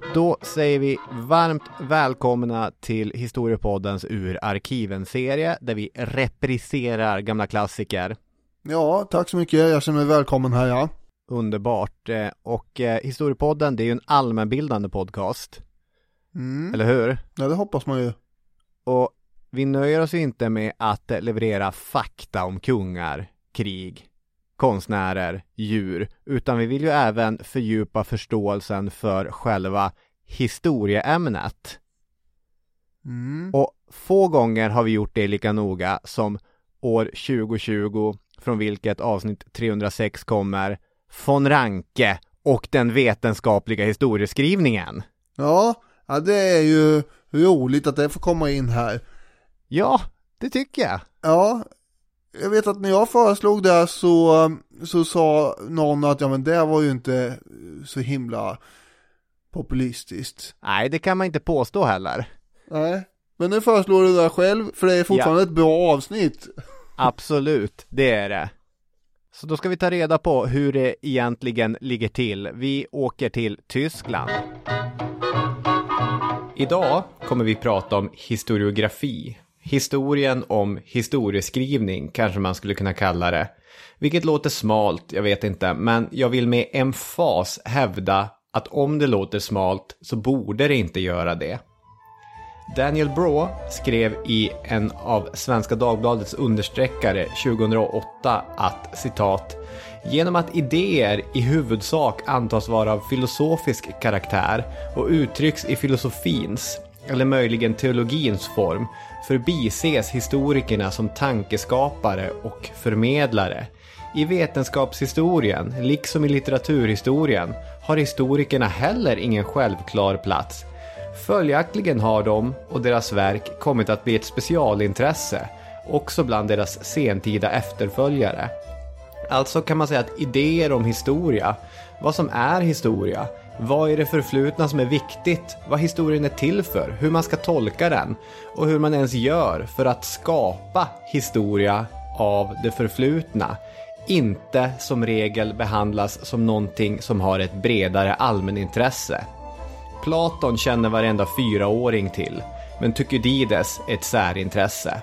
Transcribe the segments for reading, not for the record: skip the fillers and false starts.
Då säger vi varmt välkomna till Historiepoddens Ur arkiven-serie där vi repriserar gamla klassiker. Ja, tack så mycket. Jag känner mig välkommen här, ja. Underbart. Och Historiepodden, det är ju en allmänbildande podcast. Eller hur? Ja, det hoppas man ju. Och vi nöjer oss inte med att leverera fakta om kungar, krig, konstnärer, djur, utan vi vill ju även fördjupa förståelsen för själva historieämnet. Och få gånger har vi gjort det lika noga som år 2020, från vilket avsnitt 306 kommer, von Ranke och den vetenskapliga historieskrivningen. Ja, det är ju roligt att det får komma in här. Ja, det tycker jag. Ja, jag vet att när jag föreslog det så sa någon att ja, men det var ju inte så himla populistiskt. Nej, det kan man inte påstå heller. Nej, men nu föreslår du det själv, för det är fortfarande ett bra avsnitt. Absolut, det är det. Så då ska vi ta reda på hur det egentligen ligger till. Vi åker till Tyskland. Idag kommer vi prata om historiografi. Historien om historieskrivning kanske man skulle kunna kalla det. Vilket låter smalt, jag vet inte. Men jag vill med emfas hävda att om det låter smalt så borde det inte göra det. Daniel Braw skrev i en av Svenska Dagbladets understreckare 2008 att, citat, genom att idéer i huvudsak antas vara av filosofisk karaktär och uttrycks i filosofins eller möjligen teologins form förbises historikerna som tankeskapare och förmedlare. I vetenskapshistorien, liksom i litteraturhistorien, har historikerna heller ingen självklar plats. Följaktligen har de och deras verk kommit att bli ett specialintresse, också bland deras sentida efterföljare. Alltså kan man säga att idéer om historia, vad som är historia, vad är det förflutna som är viktigt, vad historien är till för, hur man ska tolka den och hur man ens gör för att skapa historia av det förflutna, inte som regel behandlas som någonting som har ett bredare allmänintresse. Platon känner varenda 4-åring till, men Thukydides är ett särintresse.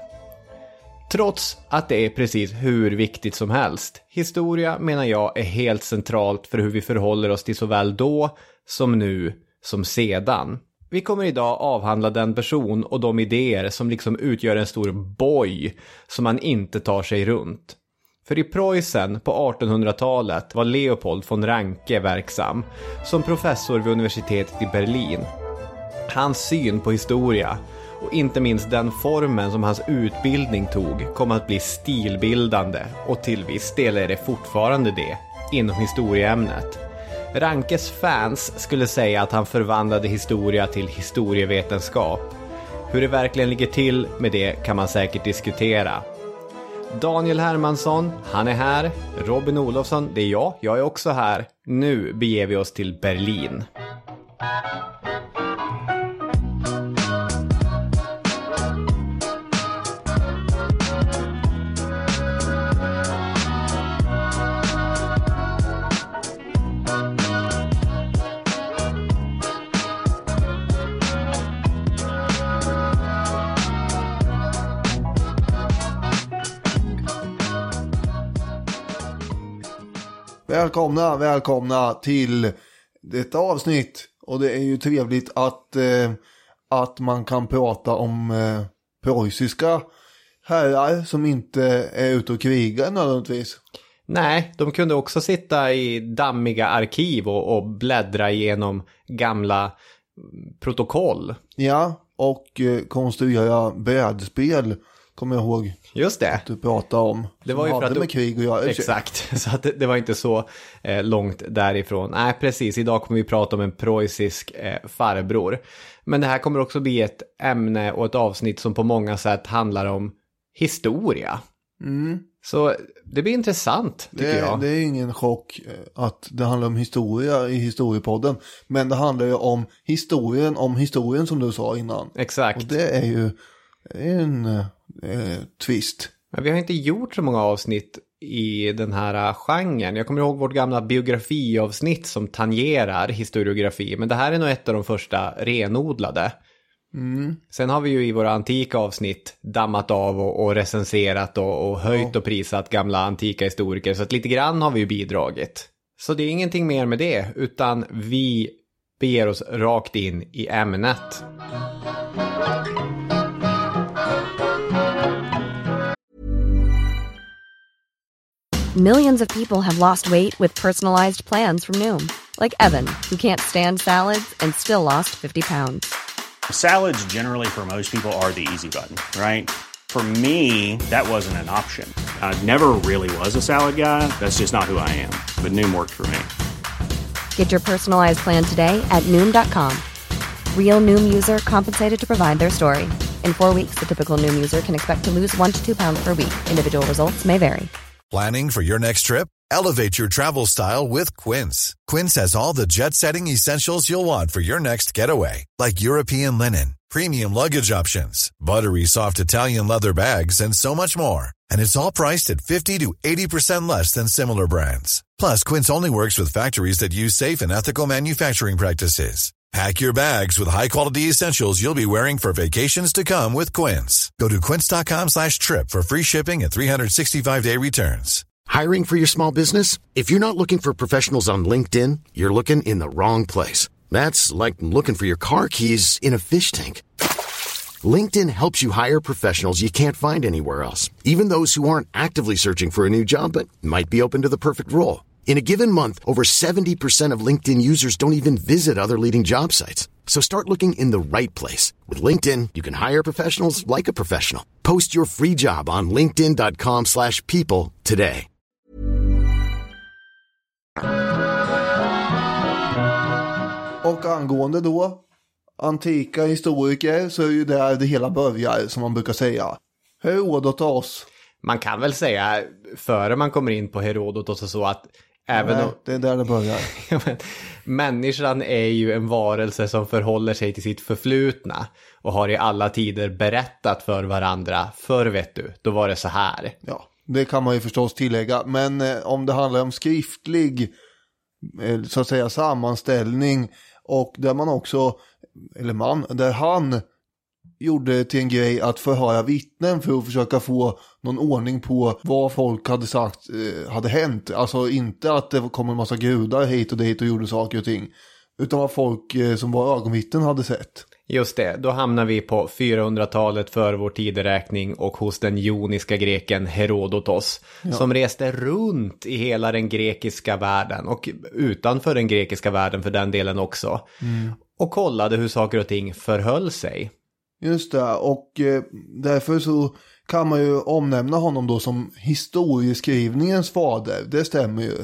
Trots att det är precis hur viktigt som helst. Historia, menar jag, är helt centralt för hur vi förhåller oss till såväl då som nu som sedan. Vi kommer idag avhandla den person och de idéer som liksom utgör en stor boj som man inte tar sig runt. För i Preussen på 1800-talet var Leopold von Ranke verksam som professor vid universitetet i Berlin. Hans syn på historia och inte minst den formen som hans utbildning tog kom att bli stilbildande, och till viss del är det fortfarande det inom historieämnet. Rankes fans skulle säga att han förvandlade historia till historievetenskap. Hur det verkligen ligger till med det kan man säkert diskutera. Daniel Hermansson, han är här. Robin Olofsson, det är jag är också här. Nu beger vi oss till Berlin. Välkomna till detta avsnitt. Och det är ju trevligt att man kan prata om preussiska herrar som inte är ute och krigar nödvändigtvis. Nej, de kunde också sitta i dammiga arkiv och bläddra igenom gamla protokoll. Ja, och konstruera brädspel, kommer jag ihåg. Just det. Att du pratade om. Det var ju för att med krig och jag. Exakt, så att det var inte så långt därifrån. Nej, precis. Idag kommer vi prata om en preussisk farbror. Men det här kommer också bli ett ämne och ett avsnitt som på många sätt handlar om historia. Så det blir intressant, tycker jag. Det är ingen chock att det handlar om historia i historiepodden. Men det handlar ju om historien som du sa innan. Exakt. Och det är ju en twist. Men vi har inte gjort så många avsnitt i den här genren. Jag kommer ihåg vårt gamla biografiavsnitt som tangerar historiografi, men det här är nog ett av de första renodlade. Sen har vi ju i våra antika avsnitt dammat av och recenserat och höjt och prisat gamla antika historiker, så att lite grann har vi ju bidragit. Så det är ingenting mer med det, utan vi beger oss rakt in i ämnet. Millions of people have lost weight with personalized plans from Noom. Like Evan, who can't stand salads and still lost 50 pounds. Salads generally for most people are the easy button, right? For me, that wasn't an option. I never really was a salad guy. That's just not who I am. But Noom worked for me. Get your personalized plan today at Noom.com. Real Noom user compensated to provide their story. In 4 weeks, the typical Noom user can expect to lose 1 to 2 pounds per week. Individual results may vary. Planning for your next trip? Elevate your travel style with Quince. Quince has all the jet-setting essentials you'll want for your next getaway, like European linen, premium luggage options, buttery soft Italian leather bags, and so much more. And it's all priced at 50 to 80% less than similar brands. Plus, Quince only works with factories that use safe and ethical manufacturing practices. Pack your bags with high-quality essentials you'll be wearing for vacations to come with Quince. Go to quince.com/trip for free shipping and 365-day returns. Hiring for your small business? If you're not looking for professionals on LinkedIn, you're looking in the wrong place. That's like looking for your car keys in a fish tank. LinkedIn helps you hire professionals you can't find anywhere else, even those who aren't actively searching for a new job but might be open to the perfect role. In a given month, over 70% of LinkedIn users don't even visit other leading job sites. So start looking in the right place. With LinkedIn, you can hire professionals like a professional. Post your free job on linkedin.com/people today. Och angående då antika historiker så är ju där det hela börjar, som man brukar säga. Herodotos. Man kan väl säga, före man kommer in på Herodotos och så, att även Nej, det är där det börjar. Människan är ju en varelse som förhåller sig till sitt förflutna och har i alla tider berättat för varandra. Förr vet du, då var det så här. Ja, det kan man ju förstås tillägga. Men om det handlar om skriftlig så att säga sammanställning, och där man också, där han gjorde till en grej att förhöra vittnen för att försöka få någon ordning på vad folk hade sagt hade hänt. Alltså inte att det kom en massa gudar hit och dit och gjorde saker och ting, utan vad folk som var ögonvittnen hade sett. Just det, då hamnar vi på 400-talet före vår tideräkning och hos den joniska greken Herodotos, som reste runt i hela den grekiska världen och utanför den grekiska världen för den delen också. Och kollade hur saker och ting förhöll sig. Just det, och därför så kan man ju omnämna honom då som historieskrivningens fader. Det stämmer ju.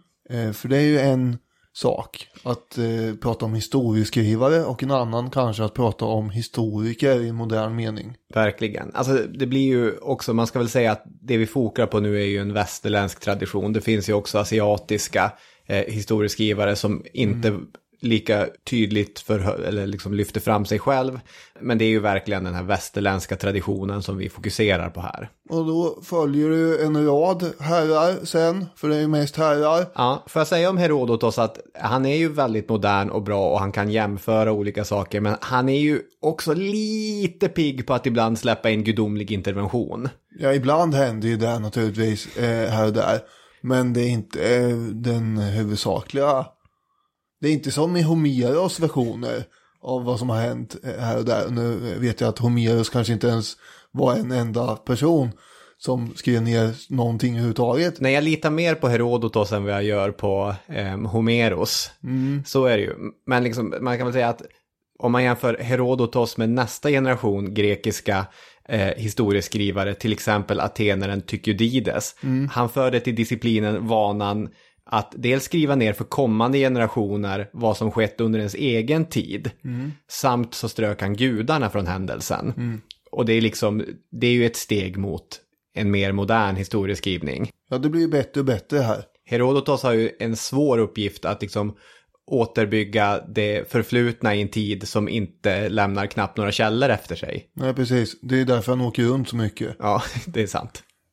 För det är ju en sak att prata om historieskrivare och en annan kanske att prata om historiker i modern mening. Verkligen. Alltså det blir ju också, man ska väl säga att det vi fokar på nu är ju en västerländsk tradition. Det finns ju också asiatiska historieskrivare som inte lika tydligt eller liksom lyfter fram sig själv. Men det är ju verkligen den här västerländska traditionen som vi fokuserar på här. Och då följer du en rad herrar sen, för det är ju mest herrar. Ja, får jag säga om Herodotos att han är ju väldigt modern och bra och han kan jämföra olika saker. Men han är ju också lite pigg på att ibland släppa in gudomlig intervention. Ja, ibland händer ju det naturligtvis här och där. Men det är inte den huvudsakliga. Det är inte som i Homeros versioner av vad som har hänt här och där. Nu vet jag att Homeros kanske inte ens var en enda person som skrev ner någonting överhuvudtaget. Nej, jag litar mer på Herodotos än vad jag gör på Homeros. Så är det ju. Men liksom, man kan väl säga att om man jämför Herodotos med nästa generation grekiska historieskrivare, till exempel atenaren Thukydides. Han förde till disciplinen vanan att dels skriva ner för kommande generationer vad som skett under ens egen tid. Samt så strök han gudarna från händelsen. Och det är liksom, det är ju ett steg mot en mer modern historieskrivning. Ja, det blir ju bättre och bättre här. Herodotos har ju en svår uppgift att liksom återbygga det förflutna i en tid som inte lämnar knappt några källor efter sig. Nej, precis. Det är därför han åker runt så mycket. Ja, det är sant.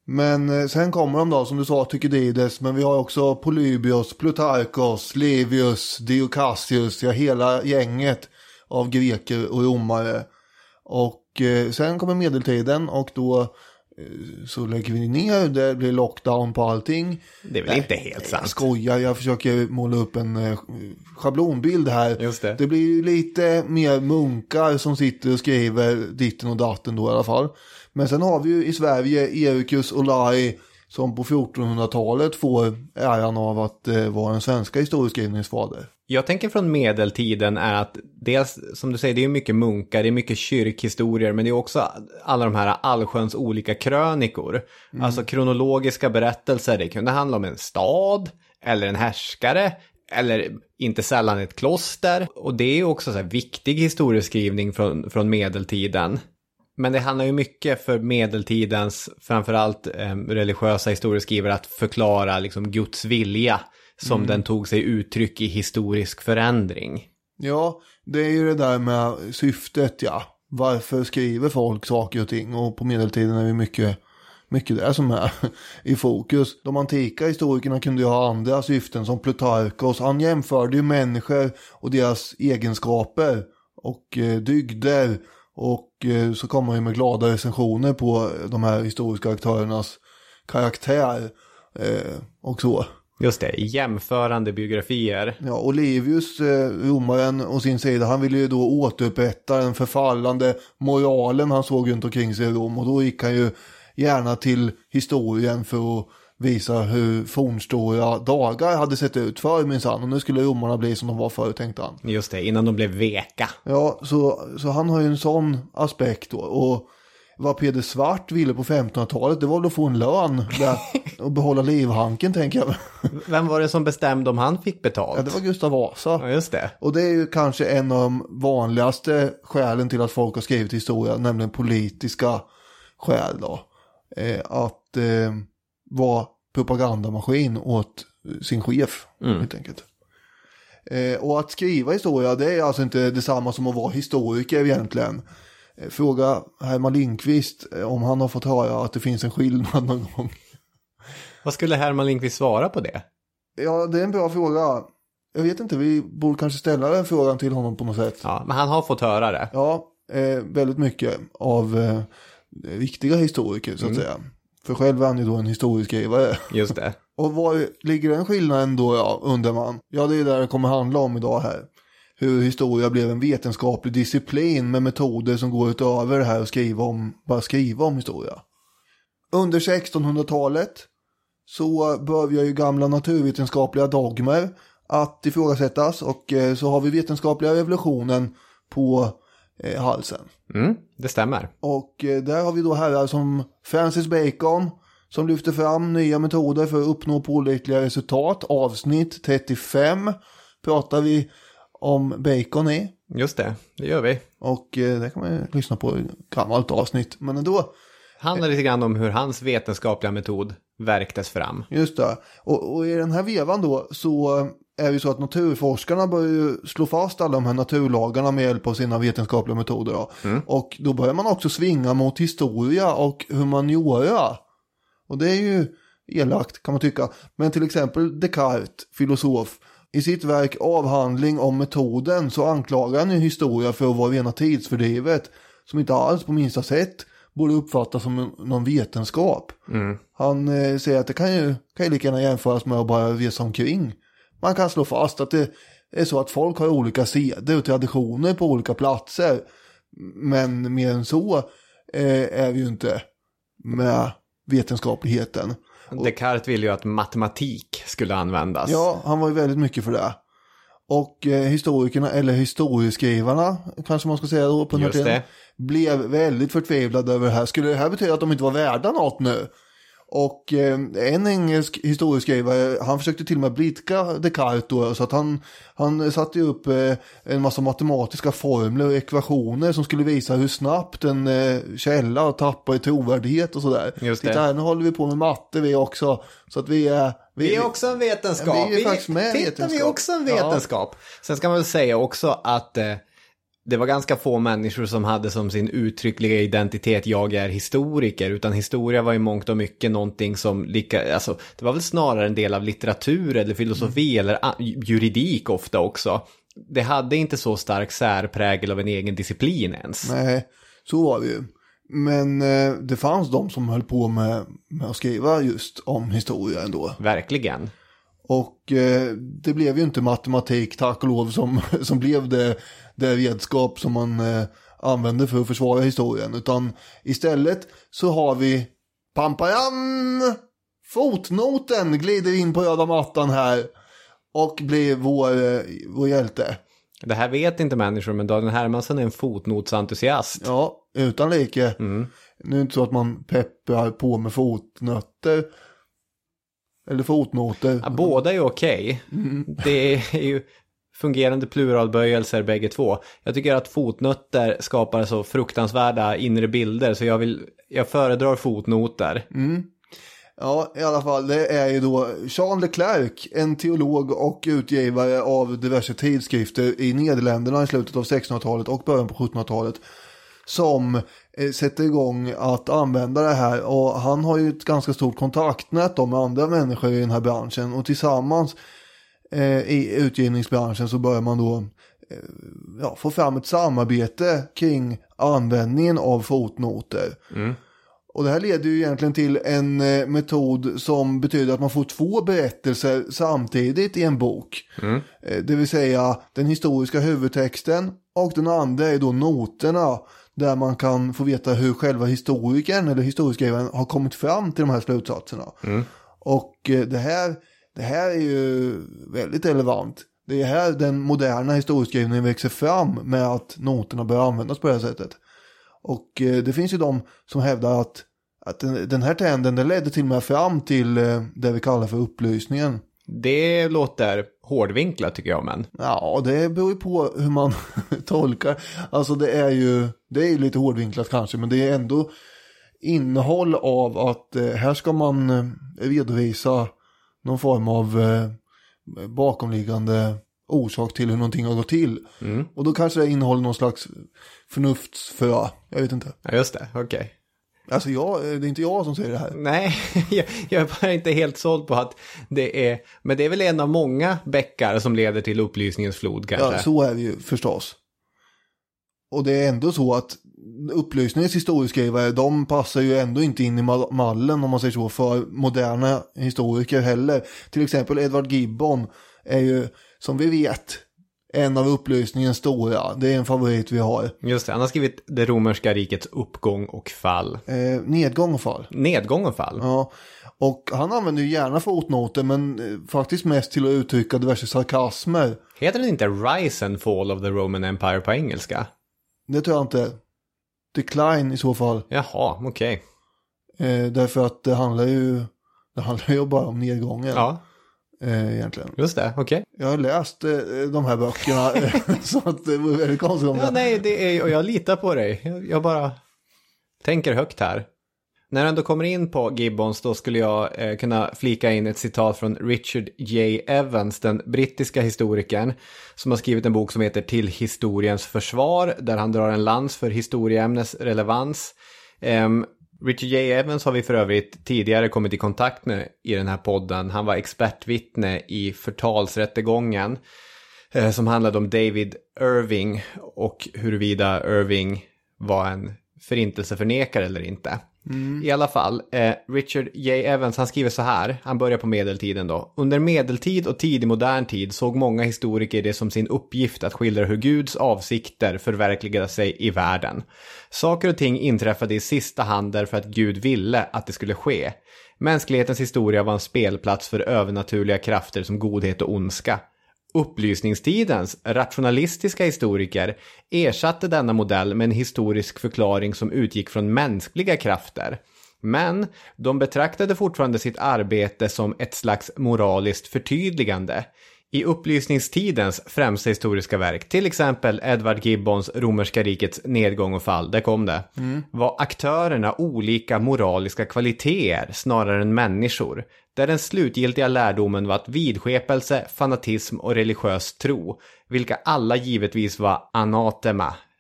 Men sen kommer de då, som du sa, Thukydides, men vi har också Polybios, Plutarkos, Livius, Diocassius, ja, hela gänget av greker och romare. Och sen kommer medeltiden och då så lägger vi ner, det blir lockdown på allting. Det är väl inte helt sant. Jag skojar, jag försöker måla upp en schablonbild här. Just det. Det blir ju lite mer munkar som sitter och skriver ditten och datten då i alla fall. Men sen har vi ju i Sverige Ericus Olai som på 1400-talet får äran av att vara den svenska historieskrivningsfader. Jag tänker från medeltiden är att dels, som du säger, det är mycket munkar, det är mycket kyrkhistorier, men det är också alla de här allsköns olika krönikor. Alltså kronologiska berättelser, det kunde handla om en stad eller en härskare eller inte sällan ett kloster. Och det är ju också så här viktig historieskrivning från medeltiden. Men det handlar ju mycket för medeltidens, framförallt religiösa historieskrivare, att förklara liksom Guds vilja som den tog sig uttryck i historisk förändring. Ja, det är ju det där med syftet, ja. Varför skriver folk saker och ting? Och på medeltiden är det mycket det som är i fokus. De antika historikerna kunde ju ha andra syften, som Plutarkos. Han jämförde ju människor och deras egenskaper och dygder. Och så kommer man ju med glada recensioner på de här historiska aktörernas karaktär och så. Just det, jämförande biografier. Ja, Olivius, romaren och sin sida, han ville ju då återupprätta den förfallande moralen han såg runt omkring sig i Rom. Och då gick han ju gärna till historien för att visa hur fornstora dagar hade sett ut för minsann. Och nu skulle romarna bli som de var förr, tänkte han. Just det, innan de blev veka. Ja, så han har ju en sån aspekt då. Och vad Peder Svart ville på 1500-talet, det var väl att få en lön där och behålla livhanken, tänker jag. Vem var det som bestämde om han fick betalt? Ja, det var Gustav Vasa. Ja, just det. Och det är ju kanske en av de vanligaste skälen till att folk har skrivit historia, nämligen politiska skäl då. Att vara propagandamaskin åt sin chef, helt enkelt. Och att skriva historia, det är alltså inte detsamma som att vara historiker egentligen. Fråga Herman Lindqvist om han har fått höra att det finns en skillnad någon gång. Vad skulle Herman Lindqvist svara på det? Ja, det är en bra fråga. Jag vet inte, vi borde kanske ställa den frågan till honom på något sätt. Ja, men han har fått höra det. Ja, väldigt mycket av viktiga historiker så att säga. För själv är han ju då en historieskrivare. Just det. Och var ligger den skillnaden då, ja, undrar man? Ja, det är där det kommer handla om idag här. Hur historia blev en vetenskaplig disciplin med metoder som går utöver det här och bara skriva om historia. Under 1600-talet så börjar ju gamla naturvetenskapliga dogmer att ifrågasättas, och så har vi vetenskapliga revolutionen på halsen. Det stämmer. Och där har vi då herrar som Francis Bacon som lyfter fram nya metoder för att uppnå pålitliga resultat. Avsnitt 35 pratar vi om Bacon i. Just det, det gör vi. Och det kan man ju lyssna på i gammalt avsnitt. Men ändå handlar lite grann om hur hans vetenskapliga metod verktes fram. Just det. Och i den här vevan då så är det så att naturforskarna börjar ju slå fast alla de här naturlagarna med hjälp av sina vetenskapliga metoder. Då. Och då börjar man också svinga mot historia och humaniora. Och det är ju elakt, kan man tycka. Men till exempel Descartes, filosof, i sitt verk Avhandling om metoden så anklagar han ju historia för att vara rena tidsfördrivet som inte alls på minsta sätt borde uppfattas som någon vetenskap. Han säger att det kan ju lika gärna jämföras med att bara resa omkring. Man kan slå fast att det är så att folk har olika seder och traditioner på olika platser. Men mer än så är vi ju inte med vetenskapligheten. Descartes ville ju att matematik skulle användas. Ja, han var ju väldigt mycket för det. Och historikerna, eller historieskrivarna kanske man ska säga då på den här tiden, blev väldigt förtvivlade över det här. Skulle det här betyda att de inte var värda något nu? Och en engelsk historieskrivare, han försökte till och med blidka Descartes då, så att han satte upp en massa matematiska formler och ekvationer som skulle visa hur snabbt en källa tappar i trovärdighet och sådär. Just det. Titta här, nu håller vi på med matte vi också, så att vi är också en vetenskap. Vi är faktiskt med vetenskap. Vi är också en vetenskap. Ja. Sen ska man väl säga också att det var ganska få människor som hade som sin uttryckliga identitet jag är historiker, utan historia var i mångt och mycket någonting som alltså, det var väl snarare en del av litteratur eller filosofi eller juridik ofta också. Det hade inte så stark särprägel av en egen disciplin ens. Nej, så var det ju. Men det fanns de som höll på med att skriva just om historia ändå. Verkligen. Och det blev ju inte matematik, tack och lov, som blev det redskap som man använde för att försvara historien. Utan istället så har vi pampajam, fotnoten glider in på röda mattan här och blir vår hjälte. Det här vet inte människor, men Daniel Hermansson är en fotnotsentusiast. Ja, utan like. Nu är det inte så att man pepprar på med fotnötter eller fotnoter. Ja, båda är okej. Det är ju fungerande pluralböjelser bägge två. Jag tycker att fotnötter skapar så fruktansvärda inre bilder, så jag föredrar fotnoter. Ja, i alla fall, det är ju då Jean Leclerc, en teolog och utgivare av diverse tidskrifter i Nederländerna i slutet av 1600-talet och början på 1700-talet, som sätter igång att använda det här. Och han har ju ett ganska stort kontaktnät med andra människor i den här branschen, och tillsammans i utgivningsbranschen så börjar man då få fram ett samarbete kring användningen av fotnoter. Och det här leder ju egentligen till en metod som betyder att man får 2 berättelser samtidigt i en bok. Det vill säga den historiska huvudtexten, och den andra är då noterna, där man kan få veta hur själva historikern eller historieskrivaren har kommit fram till de här slutsatserna. Och det här är ju väldigt relevant. Det är här den moderna historieskrivningen växer fram, med att noterna börjar användas på det här sättet. Och det finns ju de som hävdar att den här trenden, den ledde till och med fram till det vi kallar för upplysningen. Det låter hårdvinklat tycker jag, men. Ja, det beror ju på hur man tolkar. Alltså det är ju lite hårdvinklat kanske, men det är ändå innehåll av att här ska man redovisa någon form av bakomliggande orsak till hur någonting har gått till. Och då kanske det innehåller någon slags förnuftsfrö. Jag vet inte. Ja, just det. Okej. Alltså det är inte jag som säger det här. Nej, jag är bara inte helt såld på att det är. Men det är väl en av många bäckar som leder till upplysningens flod kanske. Ja, så är det ju förstås. Och det är ändå så att upplysningens historieskrivare, de passar ju ändå inte in i mallen, om man säger så, för moderna historiker heller. Till exempel Edward Gibbon är ju, som vi vet, en av upplysningens stora. Det är en favorit vi har. Just det, han har skrivit det romerska rikets uppgång och fall. Nedgång och fall. Nedgång och fall? Ja, och han använder ju gärna fotnoter, men faktiskt mest till att uttrycka diverse sarkasmer. Heter den inte Rise and Fall of the Roman Empire på engelska? Det tror jag inte. Decline i så fall. Jaha, okej. Därför att det handlar ju bara om nedgången. Ja. Egentligen. Just det, okej. Jag har läst de här böckerna så att det var väldigt konstigt om det. Ja, nej, och jag litar på dig. Jag bara tänker högt här. När jag ändå kommer in på Gibbons, då skulle jag kunna flika in ett citat från Richard J. Evans, den brittiska historikern, som har skrivit en bok som heter Till historiens försvar, där han drar en lans för historieämnes relevans. Richard J. Evans har vi för övrigt tidigare kommit i kontakt med i den här podden. Han var expertvittne i förtalsrättegången som handlade om David Irving och huruvida Irving var en förintelseförnekare eller inte. I alla fall, Richard J. Evans, han skriver så här, han börjar på medeltiden då. Under medeltid och tidig modern tid såg många historiker det som sin uppgift att skildra hur Guds avsikter förverkligade sig i världen. Saker och ting inträffade i sista hand därför att Gud ville att det skulle ske. Mänsklighetens historia var en spelplats för övernaturliga krafter som godhet och ondska. Upplysningstidens rationalistiska historiker ersatte denna modell med en historisk förklaring som utgick från mänskliga krafter. Men de betraktade fortfarande sitt arbete som ett slags moraliskt förtydligande. I upplysningstidens främsta historiska verk, till exempel Edward Gibbons romerska rikets nedgång och fall, där kom det, var aktörerna olika moraliska kvaliteter snarare än människor, där den slutgiltiga lärdomen var att vidskepelse, fanatism och religiös tro, vilka alla givetvis var anatema,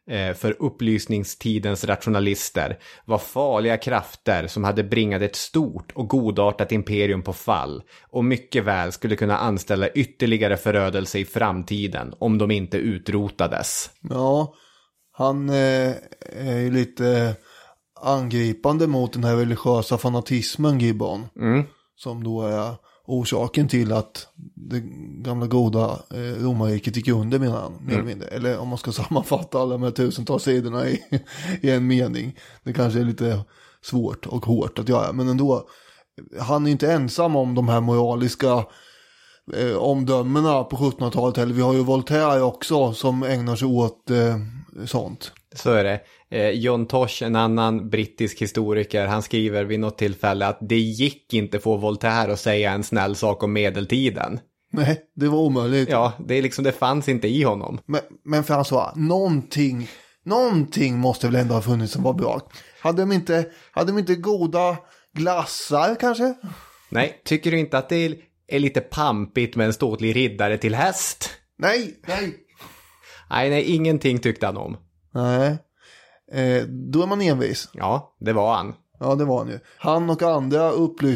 för upplysningstidens rationalister var farliga krafter som hade bringat ett stort och godartat imperium på fall och mycket väl skulle kunna anställa ytterligare förödelse i framtiden om de inte utrotades. Ja, han är ju lite angripande mot den här religiösa fanatismen, Gibbon. Som då är orsaken till att det gamla goda romarriket gick under, menar han. Mer eller mindre. Eller om man ska sammanfatta alla de här tusentals sidorna i en mening. Det kanske är lite svårt och hårt att göra. Men ändå, han är inte ensam om de här moraliska omdömena på 1700-talet. Eller vi har ju Voltaire också som ägnar sig åt sånt. Så är det. John Tosh, en annan brittisk historiker, han skriver vid något tillfälle att det gick inte få Voltaire att säga en snäll sak om medeltiden. Nej, det var omöjligt. Ja, det fanns inte i honom. Men François, någonting måste väl ändå ha funnits som var bra. Hade de inte goda glassar kanske? Nej, tycker du inte att det är lite pampigt med en ståtlig riddare till häst? Nej. Nej, ingenting tyckte han om. Nej, då är man envis. Ja, det var han. Ja, det var han ju. Han och andra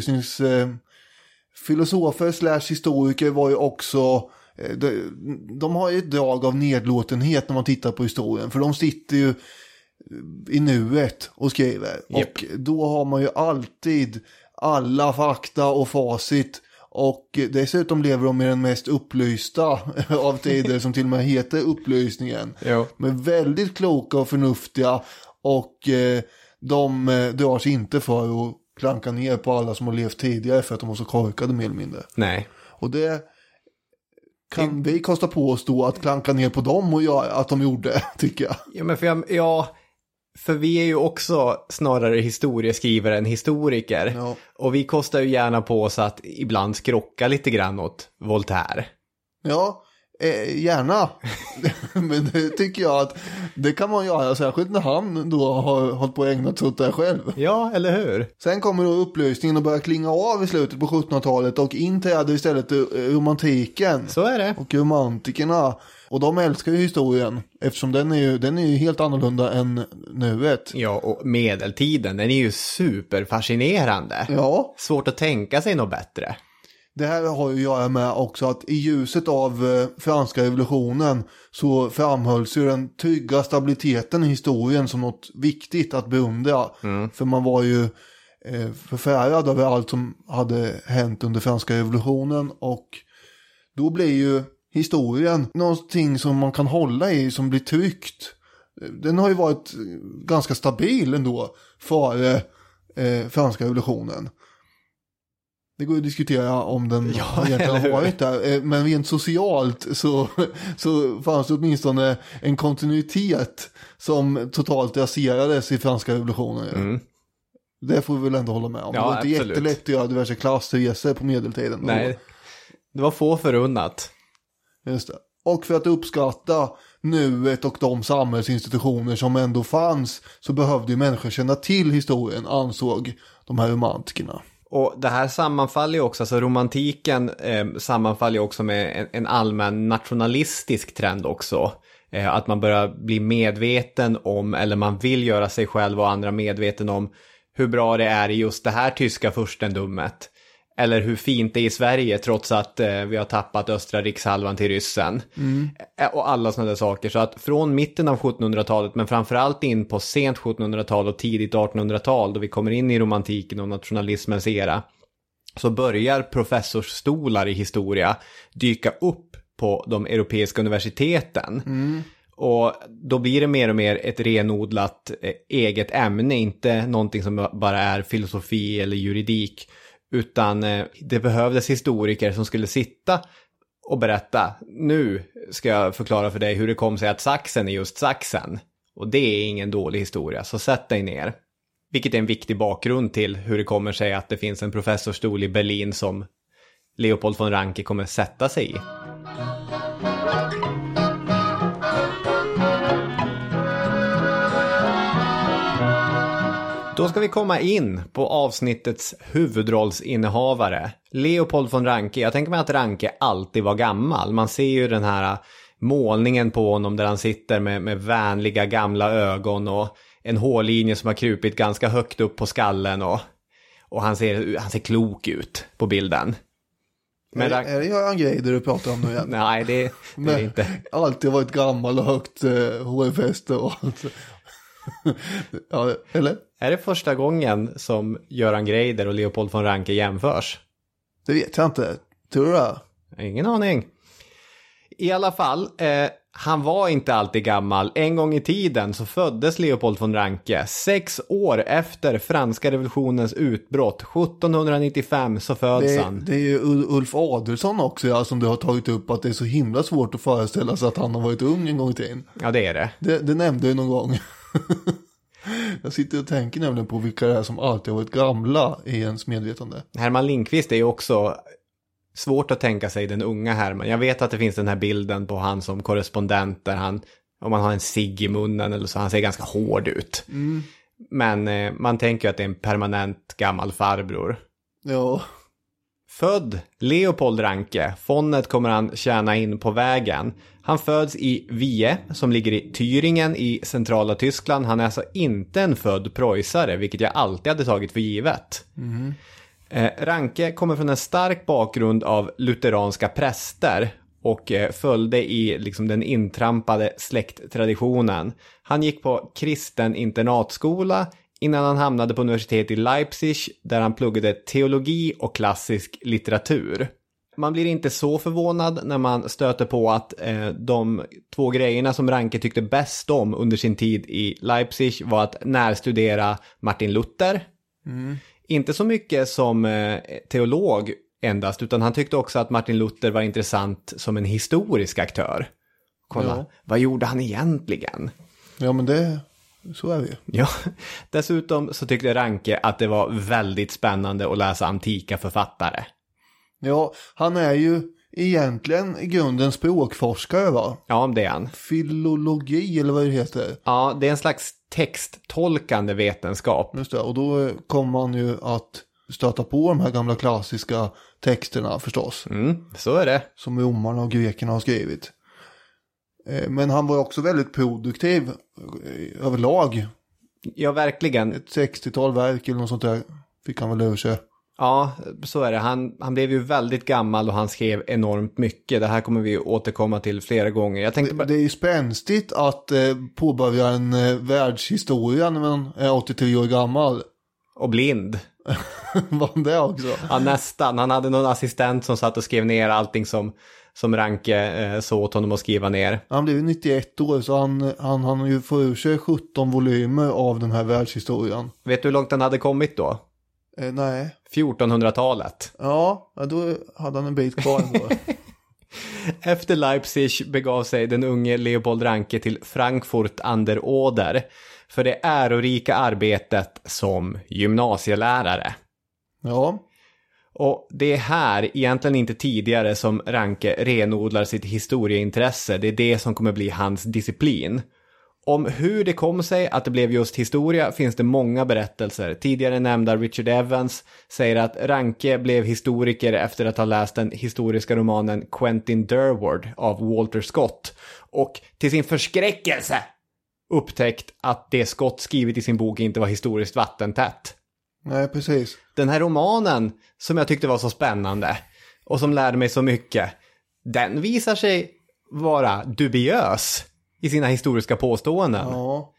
upplysningsfilosofer / historiker var ju också... De har ju ett drag av nedlåtenhet när man tittar på historien. För de sitter ju i nuet och skriver. Yep. Och då har man ju alltid alla fakta och facit. Och dessutom lever de med den mest upplysta av tider som till och med heter upplysningen. Jo. Men väldigt kloka och förnuftiga. Och de drar sig inte för att klanka ner på alla som har levt tidigare för att de var så korkade mer eller mindre. Nej. Och det kan vi kosta på oss då att klanka ner på dem och göra att de gjorde, tycker jag. Ja, men för vi är ju också snarare historieskrivare än historiker. Ja. Och vi kostar ju gärna på oss att ibland skrocka lite grann åt Voltaire. Ja, gärna. Men det tycker jag att det kan man göra, särskilt när han då har hållit på att ägna sig åt det själv. Ja, eller hur? Sen kommer då upplysningen att börja klinga av i slutet på 1700-talet och inträder istället romantiken. Så är det. Och romantikerna. Och de älskar ju historien eftersom den är ju helt annorlunda än nuet. Ja, och medeltiden, den är ju superfascinerande. Ja. Svårt att tänka sig något bättre. Det här har ju att göra med också att i ljuset av franska revolutionen så framhölls ju den trygga stabiliteten i historien som något viktigt att beundra. För man var ju förfärad över allt som hade hänt under franska revolutionen, och då blir ju historien någonting som man kan hålla i, som blir tryggt. Den har ju varit ganska stabil ändå före franska revolutionen. Det går ju att diskutera om den egentligen har varit där. Men rent socialt så fanns det åtminstone en kontinuitet som totalt raserades i franska revolutionen. Det får vi väl ändå hålla med om. Ja, det var inte absolut. jättelätt att göra diverse klassresor på medeltiden. Nej, det var få förunnat. Just det. Och för att uppskatta nuet och de samhällsinstitutioner som ändå fanns så behövde ju människor känna till historien, ansåg de här romantikerna. Och det här sammanfaller ju också, alltså romantiken sammanfaller ju också med en allmän nationalistisk trend också. Att man börjar bli medveten om, eller man vill göra sig själv och andra medveten om hur bra det är i just det här tyska furstendömet. Eller hur fint det är i Sverige trots att vi har tappat östra rikshalvan till ryssen. Och alla sådana där saker. Så att från mitten av 1700-talet, men framförallt in på sent 1700-tal och tidigt 1800-tal, då vi kommer in i romantiken och nationalismens era, så börjar professorsstolar i historia dyka upp på de europeiska universiteten. Och då blir det mer och mer ett renodlat eget ämne, inte någonting som bara är filosofi eller juridik. Utan det behövdes historiker som skulle sitta och berätta, nu ska jag förklara för dig hur det kom sig att Sachsen är just Sachsen. Och det är ingen dålig historia, så sätt dig ner. Vilket är en viktig bakgrund till hur det kommer sig att det finns en professorstol i Berlin som Leopold von Ranke kommer sätta sig i. Då ska vi komma in på avsnittets huvudrollsinnehavare. Leopold von Ranke. Jag tänker mig att Ranke alltid var gammal. Man ser ju den här målningen på honom där han sitter med vänliga gamla ögon och en hårlinje som har krupit ganska högt upp på skallen och han ser klok ut på bilden. Men är det Göran Greider du pratar om nu igen? Nej, det är inte. Alltid varit gammal och högt hårfäste och ja, eller? Är det första gången som Göran Greider och Leopold von Ranke jämförs? Det vet jag inte. Tror du det? Ingen aning. I alla fall, han var inte alltid gammal. En gång i tiden så föddes Leopold von Ranke. 6 år efter franska revolutionens utbrott. 1795 så föds han. Det är ju Ulf Adelsohn också, ja, som du har tagit upp, att det är så himla svårt att föreställa sig att han har varit ung en gång i tiden. Ja, det är det. Det nämnde jag någon gång. Jag sitter och tänker nämligen på vilka det är som alltid har varit gamla i ens medvetande. Herman Lindqvist är ju också svårt att tänka sig den unga Herman. Jag vet att det finns den här bilden på han som korrespondent där han, om man har en cigg i munnen eller så, han ser ganska hård ut. Mm. Men man tänker att det är en permanent gammal farbror. Ja. Född Leopold Ranke, fondet kommer han tjäna in på vägen. Han föds i Vie som ligger i Thüringen i centrala Tyskland. Han är alltså inte en född preussare, vilket jag alltid hade tagit för givet. Mm. Ranke kommer från en stark bakgrund av lutheranska präster och följde i liksom den intrampade släkttraditionen. Han gick på kristen internatskola innan han hamnade på universitet i Leipzig där han pluggade teologi och klassisk litteratur. Man blir inte så förvånad när man stöter på att de 2 grejerna som Ranke tyckte bäst om under sin tid i Leipzig var att närstudera Martin Luther. Mm. Inte så mycket som teolog endast, utan han tyckte också att Martin Luther var intressant som en historisk aktör. Kolla, vad gjorde han egentligen? Ja, men så är det ju. Ja, dessutom så tyckte Ranke att det var väldigt spännande att läsa antika författare. Ja, han är ju egentligen i grunden språkforskare, va? Ja, det är han. Filologi eller vad det heter. Ja, det är en slags texttolkande vetenskap. Just det, och då kommer man ju att stöta på de här gamla klassiska texterna förstås. Så är det. Som romarna och grekerna har skrivit. Men han var också väldigt produktiv överlag. Ja, verkligen. Ett 60-tal verk eller något sånt där fick han väl över sig. Ja, så är det. Han blev ju väldigt gammal och han skrev enormt mycket. Det här kommer vi återkomma till flera gånger. Jag tänkte det är ju spänstigt att påbörja en världshistoria när man är 83 år gammal. Och blind. Var det också? Ja, nästan. Han hade någon assistent som satt och skrev ner allting som Ranke så åt honom att skriva ner. Han blev 91 år så han ju får ur sig 17 volymer av den här världshistorien. Vet du hur långt den hade kommit då? Nej. 1400-talet. Ja, då hade han en bit kvar ändå. Efter Leipzig begav sig den unge Leopold Ranke till Frankfurt an der Oder för det ärorika arbetet som gymnasielärare. Ja. Och det är här, egentligen inte tidigare, som Ranke renodlar sitt historieintresse. Det är det som kommer bli hans disciplin. Om hur det kom sig att det blev just historia finns det många berättelser. Tidigare nämnda Richard Evans säger att Ranke blev historiker efter att ha läst den historiska romanen Quentin Durward av Walter Scott. Och till sin förskräckelse upptäckt att det Scott skrivit i sin bok inte var historiskt vattentätt. Nej, precis. Den här romanen som jag tyckte var så spännande och som lärde mig så mycket, den visar sig vara dubiös i sina historiska påståenden. Ja,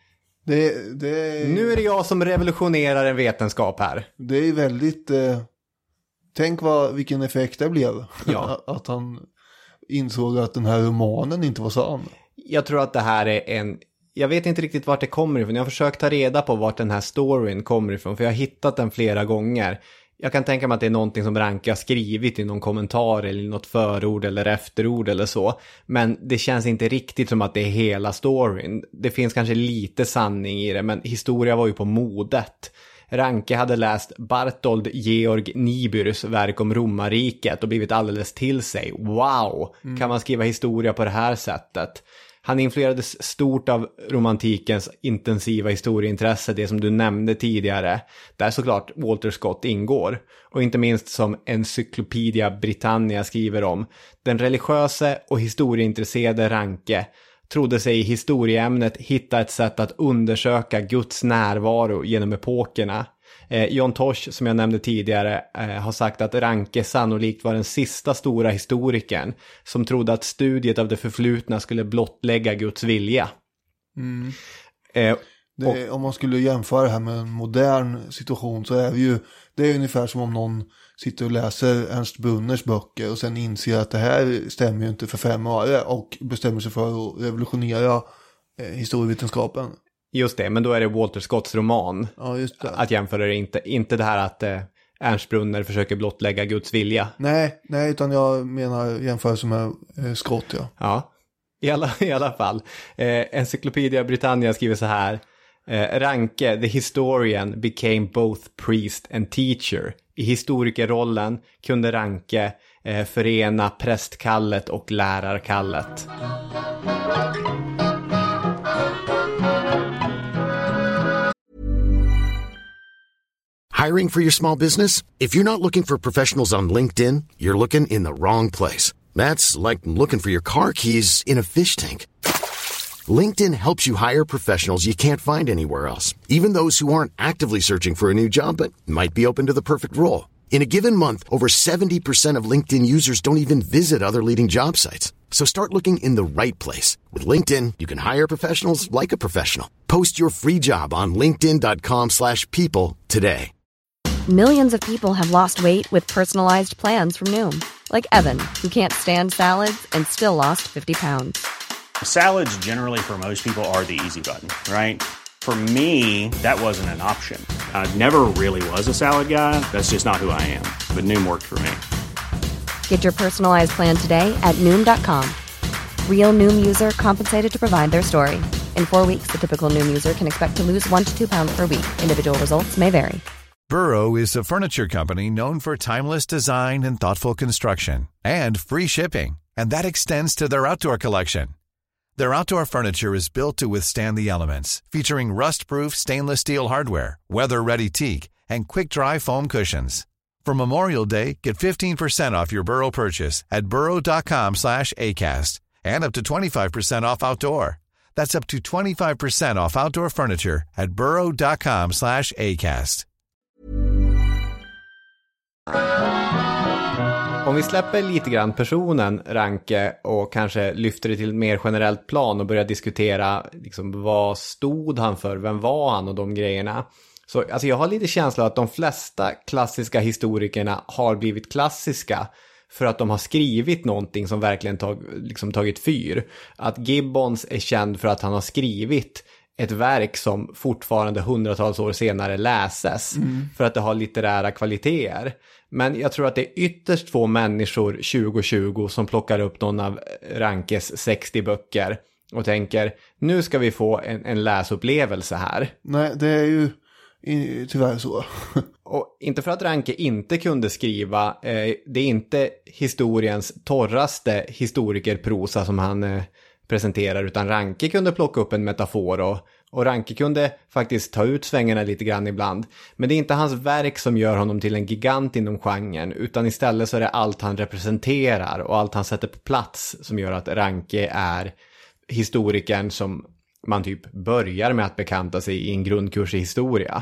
Nu är det jag som revolutionerar en vetenskap här. Det är väldigt... tänk vilken effekt det blev. Ja. Att han insåg att den här romanen inte var sann. Jag tror att det här är jag vet inte riktigt vart det kommer ifrån. Jag har försökt ta reda på vart den här storyn kommer ifrån. För jag har hittat den flera gånger. Jag kan tänka mig att det är någonting som Ranke har skrivit i någon kommentar eller i något förord eller efterord eller så. Men det känns inte riktigt som att det är hela storyn. Det finns kanske lite sanning i det, men historia var ju på modet. Ranke hade läst Barthold Georg Niebuhrs verk om romarriket och blivit alldeles till sig. Wow, kan man skriva historia på det här sättet? Han influerades stort av romantikens intensiva historieintresse, det som du nämnde tidigare, där såklart Walter Scott ingår. Och inte minst som Encyclopedia Britannia skriver om, den religiöse och historieintresserade Ranke trodde sig i historieämnet hitta ett sätt att undersöka Guds närvaro genom epokerna. John Tosh, som jag nämnde tidigare, har sagt att Ranke sannolikt var den sista stora historikern som trodde att studiet av det förflutna skulle blottlägga Guds vilja. Om man skulle jämföra det här med en modern situation så är det är ungefär som om någon sitter och läser Ernst Brunners böcker och sen inser att det här stämmer ju inte för 5 år och bestämmer sig för att revolutionera historievetenskapen. Just det, men då är det Walter Scotts roman. Ja, just det. Att jämföra det, inte det här att Ernst Brunner försöker blottlägga Guds vilja. Nej, utan jag menar jämförelse med Scott, ja. Ja, i alla fall. Encyclopedia Britannia skriver så här. Ranke, the historian, became both priest and teacher. I historikerrollen kunde Ranke förena prästkallet och lärarkallet. Hiring for your small business? If you're not looking for professionals on LinkedIn, you're looking in the wrong place. That's like looking for your car keys in a fish tank. LinkedIn helps you hire professionals you can't find anywhere else, even those who aren't actively searching for a new job but might be open to the perfect role. In a given month, over 70% of LinkedIn users don't even visit other leading job sites. So start looking in the right place. With LinkedIn, you can hire professionals like a professional. Post your free job on linkedin.com/people today. Millions of people have lost weight with personalized plans from Noom. Like Evan, who can't stand salads and still lost 50 pounds. Salads generally for most people are the easy button, right? For me, that wasn't an option. I never really was a salad guy. That's just not who I am. But Noom worked for me. Get your personalized plan today at Noom.com. Real Noom user compensated to provide their story. In 4 weeks, the typical Noom user can expect to lose 1 to 2 pounds per week. Individual results may vary. Burrow is a furniture company known for timeless design and thoughtful construction, and free shipping, and that extends to their outdoor collection. Their outdoor furniture is built to withstand the elements, featuring rust-proof stainless steel hardware, weather-ready teak, and quick-dry foam cushions. For Memorial Day, get 15% off your Burrow purchase at burrow.com/acast, and up to 25% off outdoor. That's up to 25% off outdoor furniture at burrow.com/acast. Om vi släpper lite grann personen Ranke och kanske lyfter det till ett mer generellt plan och börjar diskutera liksom, vad stod han för, vem var han och de grejerna. Så alltså, jag har lite känsla att de flesta klassiska historikerna har blivit klassiska för att de har skrivit någonting som verkligen tagit fyr. Att Gibbons är känd för att han har skrivit ett verk som fortfarande hundratals år senare läses för att det har litterära kvaliteter. Men jag tror att det är ytterst få människor 2020 som plockar upp någon av Rankes 60 böcker och tänker, nu ska vi få en läsupplevelse här. Nej, det är ju tyvärr så. Och inte för att Ranke inte kunde skriva, det är inte historiens torraste historikerprosa som han presenterar, utan Ranke kunde plocka upp en metafor och Ranke kunde faktiskt ta ut svängarna lite grann ibland. Men det är inte hans verk som gör honom till en gigant inom genren, utan istället så är det allt han representerar och allt han sätter på plats som gör att Ranke är historikern som man typ börjar med att bekanta sig i en grundkurs i historia.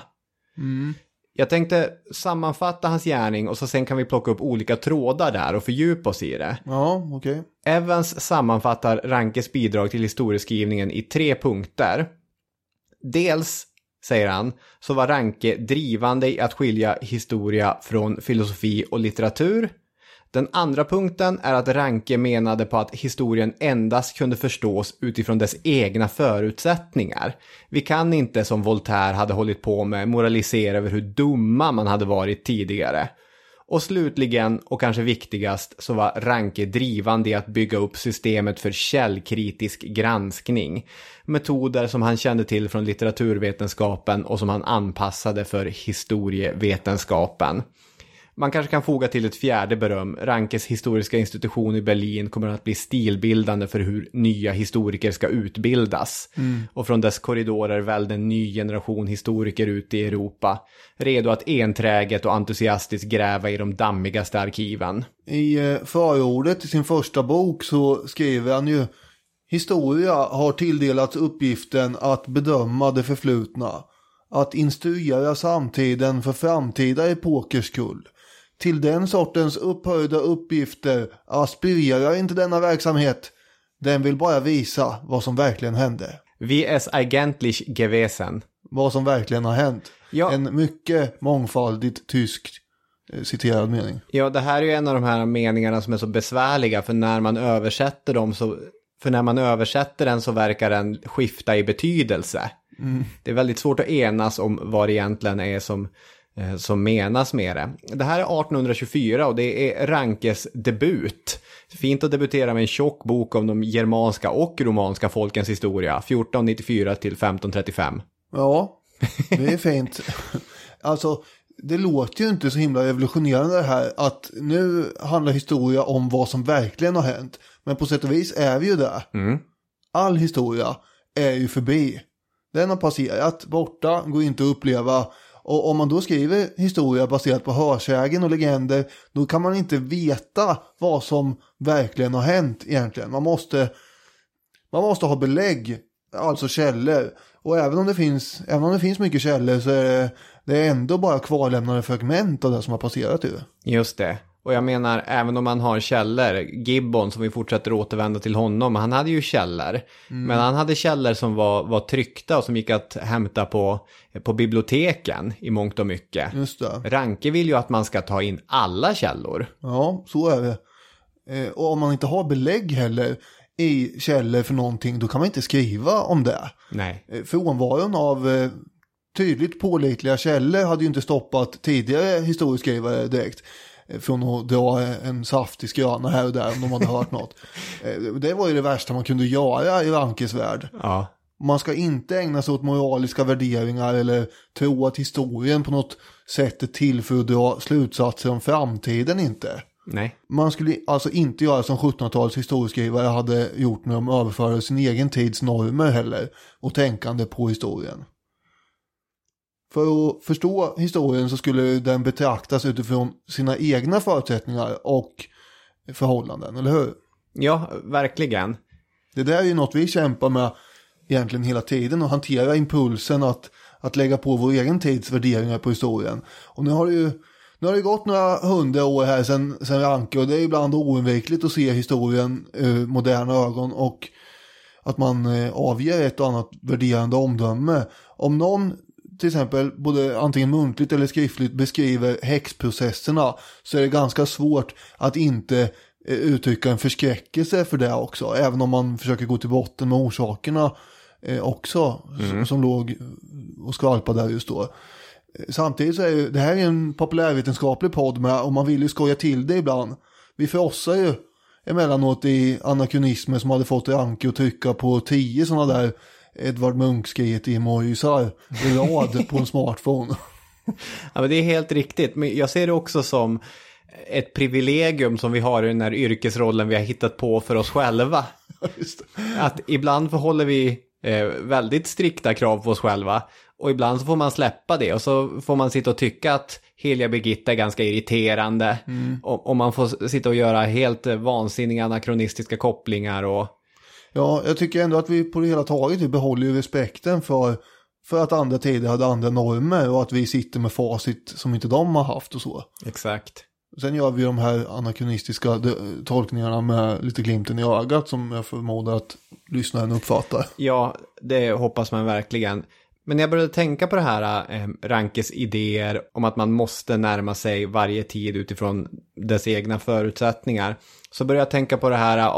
Jag tänkte sammanfatta hans gärning och så sen kan vi plocka upp olika trådar där och fördjupa oss i det. Ja, okej. Evans sammanfattar Rankes bidrag till historieskrivningen i 3 punkter. Dels, säger han, så var Ranke drivande i att skilja historia från filosofi och litteratur. Den andra punkten är att Ranke menade på att historien endast kunde förstås utifrån dess egna förutsättningar. Vi kan inte, som Voltaire hade hållit på med, moralisera över hur dumma man hade varit tidigare. Och slutligen, och kanske viktigast, så var Ranke drivande i att bygga upp systemet för källkritisk granskning. Metoder som han kände till från litteraturvetenskapen och som han anpassade för historievetenskapen. Man kanske kan foga till ett fjärde beröm. Rankes historiska institution i Berlin kommer att bli stilbildande för hur nya historiker ska utbildas. Och från dess korridorer välde en ny generation historiker ut i Europa, redo att enträget och entusiastiskt gräva i de dammigaste arkiven. I förordet till sin första bok så skriver han ju: historia har tilldelats uppgiften att bedöma det förflutna, att instruera samtiden för framtida epokers skull. Till den sortens upphöjda uppgifter aspirerar inte denna verksamhet. Den vill bara visa vad som verkligen hände. Wie es eigentlich gewesen. Vad som verkligen har hänt. Ja. En mycket mångfaldigt tysk citerad mening. Ja, det här är ju en av de här meningarna som är så besvärliga, för när man översätter dem så... För när man översätter den så verkar den skifta i betydelse. Det är väldigt svårt att enas om vad det egentligen är som menas med det. Det här är 1824 och det är Rankes debut. Fint att debutera med en tjock bok om de germanska och romanska folkens historia. 1494 till 1535. Ja, det är fint. Alltså, det låter ju inte så himla revolutionerande det här att nu handlar historia om vad som verkligen har hänt. Men på sätt och vis är vi ju där. All historia är ju förbi. Den har passerat, borta, går inte att uppleva. Och om man då skriver historia baserat på hörsägen och legender, då kan man inte veta vad som verkligen har hänt egentligen. Man måste ha belägg, alltså källor. Och även om det finns mycket källor så är det ändå bara kvarlämnade fragment av det som har passerat ju. Just det. Och jag menar, även om man har källor, Gibbon som vi fortsätter återvända till honom, han hade ju källor. Men han hade källor som var tryckta och som gick att hämta på biblioteken i mångt och mycket. Just det. Ranke vill ju att man ska ta in alla källor. Ja, så är det. Och om man inte har belägg heller i källor för någonting, då kan man inte skriva om det. Nej. Frånvaron av tydligt pålitliga källor hade ju inte stoppat tidigare historieskrivare direkt från att dra en saftig skröna här och där om de hade hört något. Det var ju det värsta man kunde göra i Rankes värld. Ja. Man ska inte ägna sig åt moraliska värderingar eller tro att historien på något sätt är till för att dra slutsatser om framtiden inte. Nej. Man skulle alltså inte göra som 1700-talets historieskrivare hade gjort när de överförde sin egen tids normer heller och tänkande på historien. För att förstå historien så skulle den betraktas utifrån sina egna förutsättningar och förhållanden, eller hur? Ja, verkligen. Det där är ju något vi kämpar med egentligen hela tiden, och hantera impulsen att lägga på vår egen tids värderingar på historien. Och nu har det gått några 100 år här sedan Ranke, och det är ibland oundvikligt att se historien ur moderna ögon och att man avger ett och annat värderande omdöme. Om någon till exempel både antingen muntligt eller skriftligt beskriver häxprocesserna, så är det ganska svårt att inte uttrycka en förskräckelse för det också, även om man försöker gå till botten med orsakerna också som låg och skvalpade där just då. Samtidigt så är det här en populärvetenskaplig podd med, och man vill ju skoja till det ibland. Vi frossar ju emellanåt i anakronismer som hade fått Ranke att trycka på 10 sådana där Edvard Munch-skriet i emojisar i rad på en smartphone. Ja, men det är helt riktigt. Men jag ser det också som ett privilegium som vi har i den här yrkesrollen vi har hittat på för oss själva. Just det. Att ibland förhåller vi väldigt strikta krav på oss själva, och ibland så får man släppa det, och så får man sitta och tycka att Heliga Birgitta är ganska irriterande, och man får sitta och göra helt vansinniga anakronistiska kopplingar. Och Ja, jag tycker ändå att vi på det hela taget vi behåller ju respekten för att andra tider hade andra normer, och att vi sitter med facit som inte de har haft och så. Exakt. Sen gör vi de här anakronistiska tolkningarna med lite glimten i ögat som jag förmodar att lyssnaren uppfattar. Ja, det hoppas man verkligen. Men jag började tänka på det här Rankes idéer om att man måste närma sig varje tid utifrån dess egna förutsättningar. Så började jag tänka på det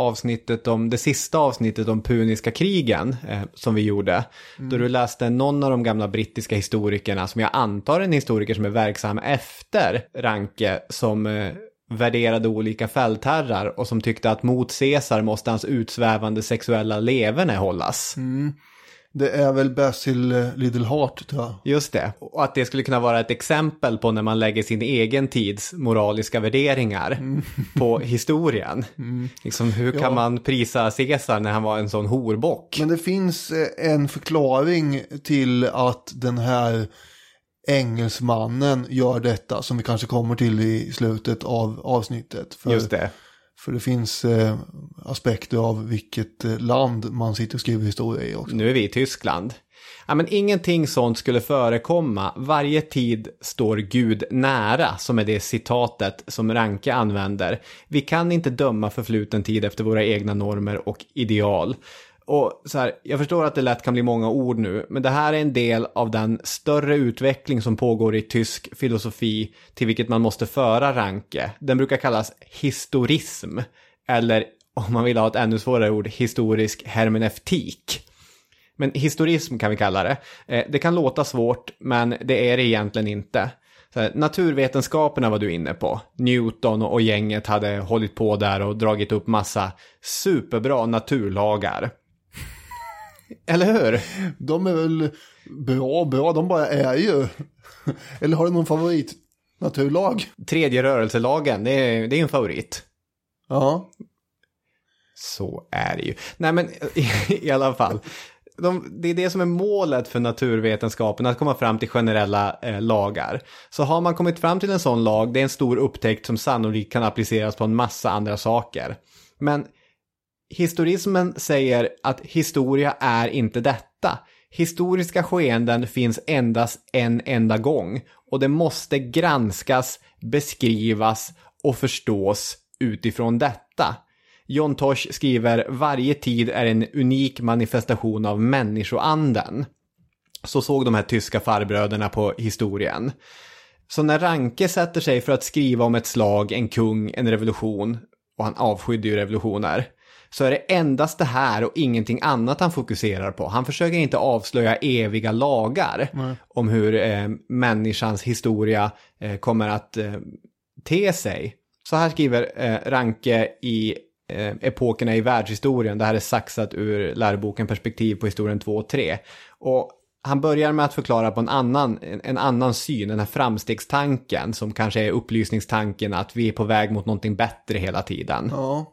här det sista avsnittet om puniska krigen som vi gjorde. Då du läste någon av de gamla brittiska historikerna, som jag antar en historiker som är verksam efter Ranke, som värderade olika fältherrar och som tyckte att mot Caesar måste hans utsvävande sexuella leverne hållas. Det är väl Basil Liddell Hart, tror jag. Just det. Och att det skulle kunna vara ett exempel på när man lägger sin egen tids moraliska värderingar på historien. Liksom, hur kan man prisa Caesar när han var en sån horbock? Men det finns en förklaring till att den här engelsmannen gör detta, som vi kanske kommer till i slutet av avsnittet. Just det. För det finns aspekter av vilket land man sitter och skriver historia i också. Nu är vi i Tyskland. Ja, men ingenting sånt skulle förekomma. Varje tid står Gud nära, som är det citatet som Ranke använder. Vi kan inte döma förfluten tid efter våra egna normer och ideal. Och så här, jag förstår att det lätt kan bli många ord nu, men det här är en del av den större utveckling som pågår i tysk filosofi till vilket man måste föra Ranke. Den brukar kallas historism, eller om man vill ha ett ännu svårare ord, historisk hermeneutik. Men historism kan vi kalla det. Det kan låta svårt, men det är det egentligen inte. Så här, naturvetenskaperna var du inne på. Newton och gänget hade hållit på där och dragit upp massa superbra naturlagar. Eller hur? De är väl bra, de bara är ju. Eller har du någon favorit naturlag? Tredje rörelselagen, det är en favorit. Ja. Så är det ju. Nej, men i alla fall. Det är det som är målet för naturvetenskapen, att komma fram till generella lagar. Så har man kommit fram till en sån lag, det är en stor upptäckt som sannolikt kan appliceras på en massa andra saker. Men historismen säger att historia är inte detta. Historiska skeenden finns endast en enda gång, och det måste granskas, beskrivas och förstås utifrån detta. John Tosh skriver: varje tid är en unik manifestation av människoanden. Så såg de här tyska farbröderna på historien. Så när Ranke sätter sig för att skriva om ett slag, en kung, en revolution, och han avskydde ju revolutioner, så är det endast det här och ingenting annat han fokuserar på. Han försöker inte avslöja eviga lagar om hur människans historia kommer att te sig. Så här skriver Ranke i epokerna i världshistorien. Det här är saxat ur läroboken Perspektiv på historien 2 och 3. Och han börjar med att förklara på en annan syn, den här framstegstanken som kanske är upplysningstanken, att vi är på väg mot någonting bättre hela tiden. Ja.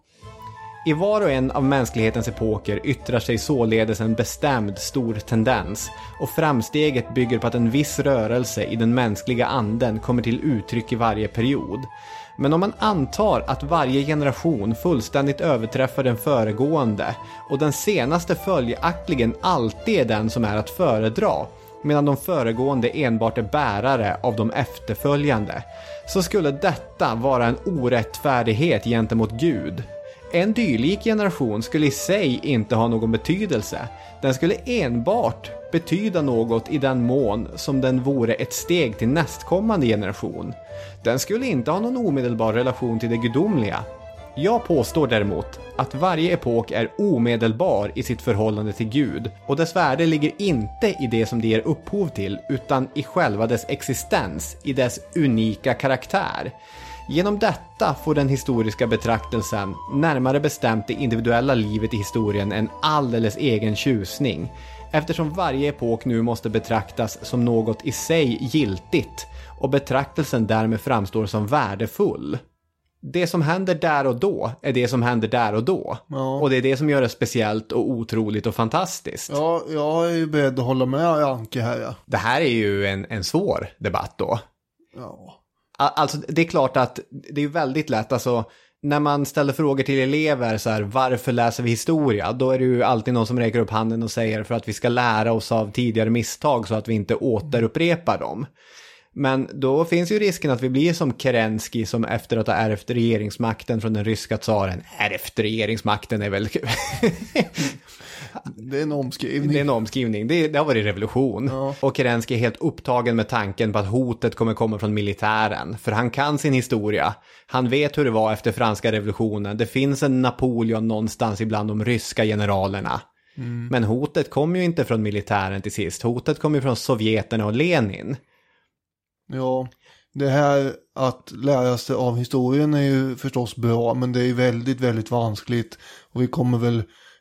I var och en av mänsklighetens epoker yttrar sig således en bestämd stor tendens, och framsteget bygger på att en viss rörelse i den mänskliga anden kommer till uttryck i varje period. Men om man antar att varje generation fullständigt överträffar den föregående, och den senaste följaktligen alltid är den som är att föredra, medan de föregående enbart är bärare av de efterföljande, så skulle detta vara en orättfärdighet gentemot Gud. En dylik generation skulle i sig inte ha någon betydelse. Den skulle enbart betyda något i den mån som den vore ett steg till nästkommande generation. Den skulle inte ha någon omedelbar relation till det gudomliga. Jag påstår däremot att varje epok är omedelbar i sitt förhållande till Gud, och dess värde ligger inte i det som det ger upphov till, utan i själva dess existens, i dess unika karaktär. Genom detta får den historiska betraktelsen, närmare bestämt det individuella livet i historien, en alldeles egen tjusning, eftersom varje epok nu måste betraktas som något i sig giltigt, och betraktelsen därmed framstår som värdefull. Det som händer där och då är det som händer där och då. Ja. Och det är det som gör det speciellt och otroligt och fantastiskt. Ja, jag är ju beredd att hålla med Anke här. Ja. Det här är ju en svår debatt då. Ja. Alltså det är klart att det är väldigt lätt, alltså när man ställer frågor till elever så här, varför läser vi historia? Då är det ju alltid någon som räcker upp handen och säger för att vi ska lära oss av tidigare misstag så att vi inte återupprepar dem. Men då finns ju risken att vi blir som Kerensky, som efter att ha ärvt regeringsmakten från den ryska tsaren. Ärvt regeringsmakten är väl... Det är en omskrivning. Det är en omskrivning. Det har varit revolution. Ja. Och Kerensky är helt upptagen med tanken på att hotet kommer komma från militären. För han kan sin historia. Han vet hur det var efter franska revolutionen. Det finns en Napoleon någonstans ibland de ryska generalerna. Mm. Men hotet kom ju inte från militären till sist. Hotet kom ju från sovjeterna och Lenin. Ja, det här att lära sig av historien är ju förstås bra, men det är väldigt, väldigt vanskligt. Och vi kommer väl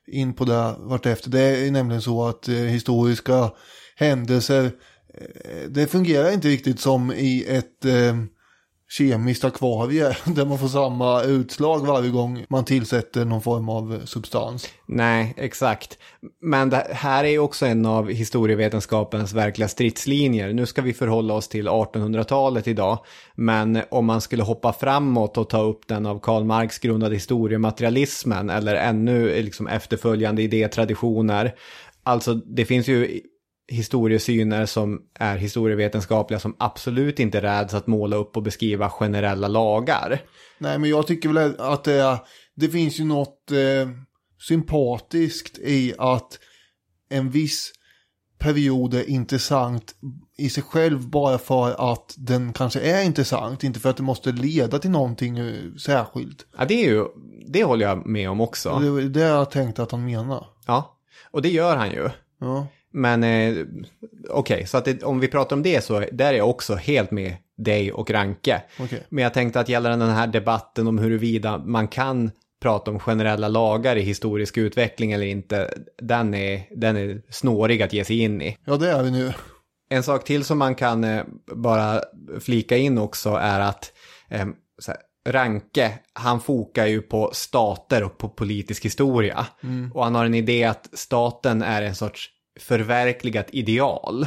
in på det vartefter. Det är nämligen så att historiska händelser, det fungerar inte riktigt som i ett kemiskt akvarie där man får samma utslag varje gång man tillsätter någon form av substans. Nej, exakt. Men det här är ju också en av historievetenskapens verkliga stridslinjer. Nu ska vi förhålla oss till 1800-talet idag. Men om man skulle hoppa framåt och ta upp den av Karl Marx grundade historiematerialismen eller ännu liksom efterföljande idétraditioner. Alltså det finns ju historiesyner som är historievetenskapliga som absolut inte räds att måla upp och beskriva generella lagar. Nej, men jag tycker väl att det finns ju något sympatiskt i att en viss period är intressant i sig själv bara för att den kanske är intressant, inte för att det måste leda till någonting särskilt. Ja, det håller jag med om också. Det har jag tänkt att han menar. Ja, och det gör han ju. Ja. Men okej, så att om vi pratar om det så där är jag också helt med dig och Ranke. Okay. Men jag tänkte att gällande den här debatten om huruvida man kan prata om generella lagar i historisk utveckling eller inte, den är snårig att ge sig in i. Ja, det är vi nu. En sak till som man kan bara flika in också är att så här, Ranke, han fokar ju på stater och på politisk historia. Och han har en idé att staten är en sorts förverkligat ideal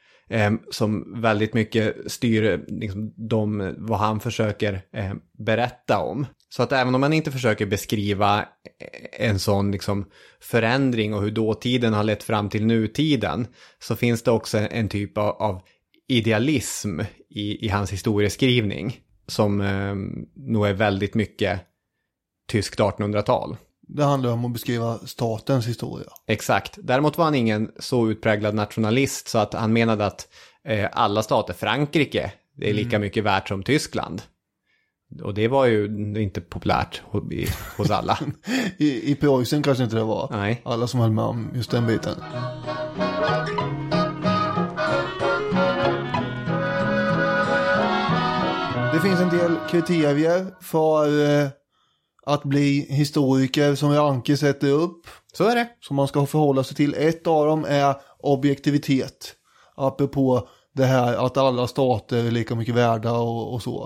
som väldigt mycket styr liksom, vad han försöker berätta om. Så att även om man inte försöker beskriva en sån liksom, förändring och hur dåtiden har lett fram till nutiden, så finns det också en typ av idealism i hans historieskrivning som nog är väldigt mycket tyskt 1800-tal. Det handlar om att beskriva statens historia. Exakt. Däremot var han ingen så utpräglad nationalist så att han menade att alla stater, Frankrike, det är lika mycket värt som Tyskland. Och det var ju inte populärt hos alla. I Preussen kanske inte det var. Nej. Alla som höll med om just den biten. Det finns en del kriterier för att bli historiker som Ranke sätter upp. Så är det. Som man ska förhålla sig till. Ett av dem är objektivitet. Apropå det här att alla stater är lika mycket värda och så.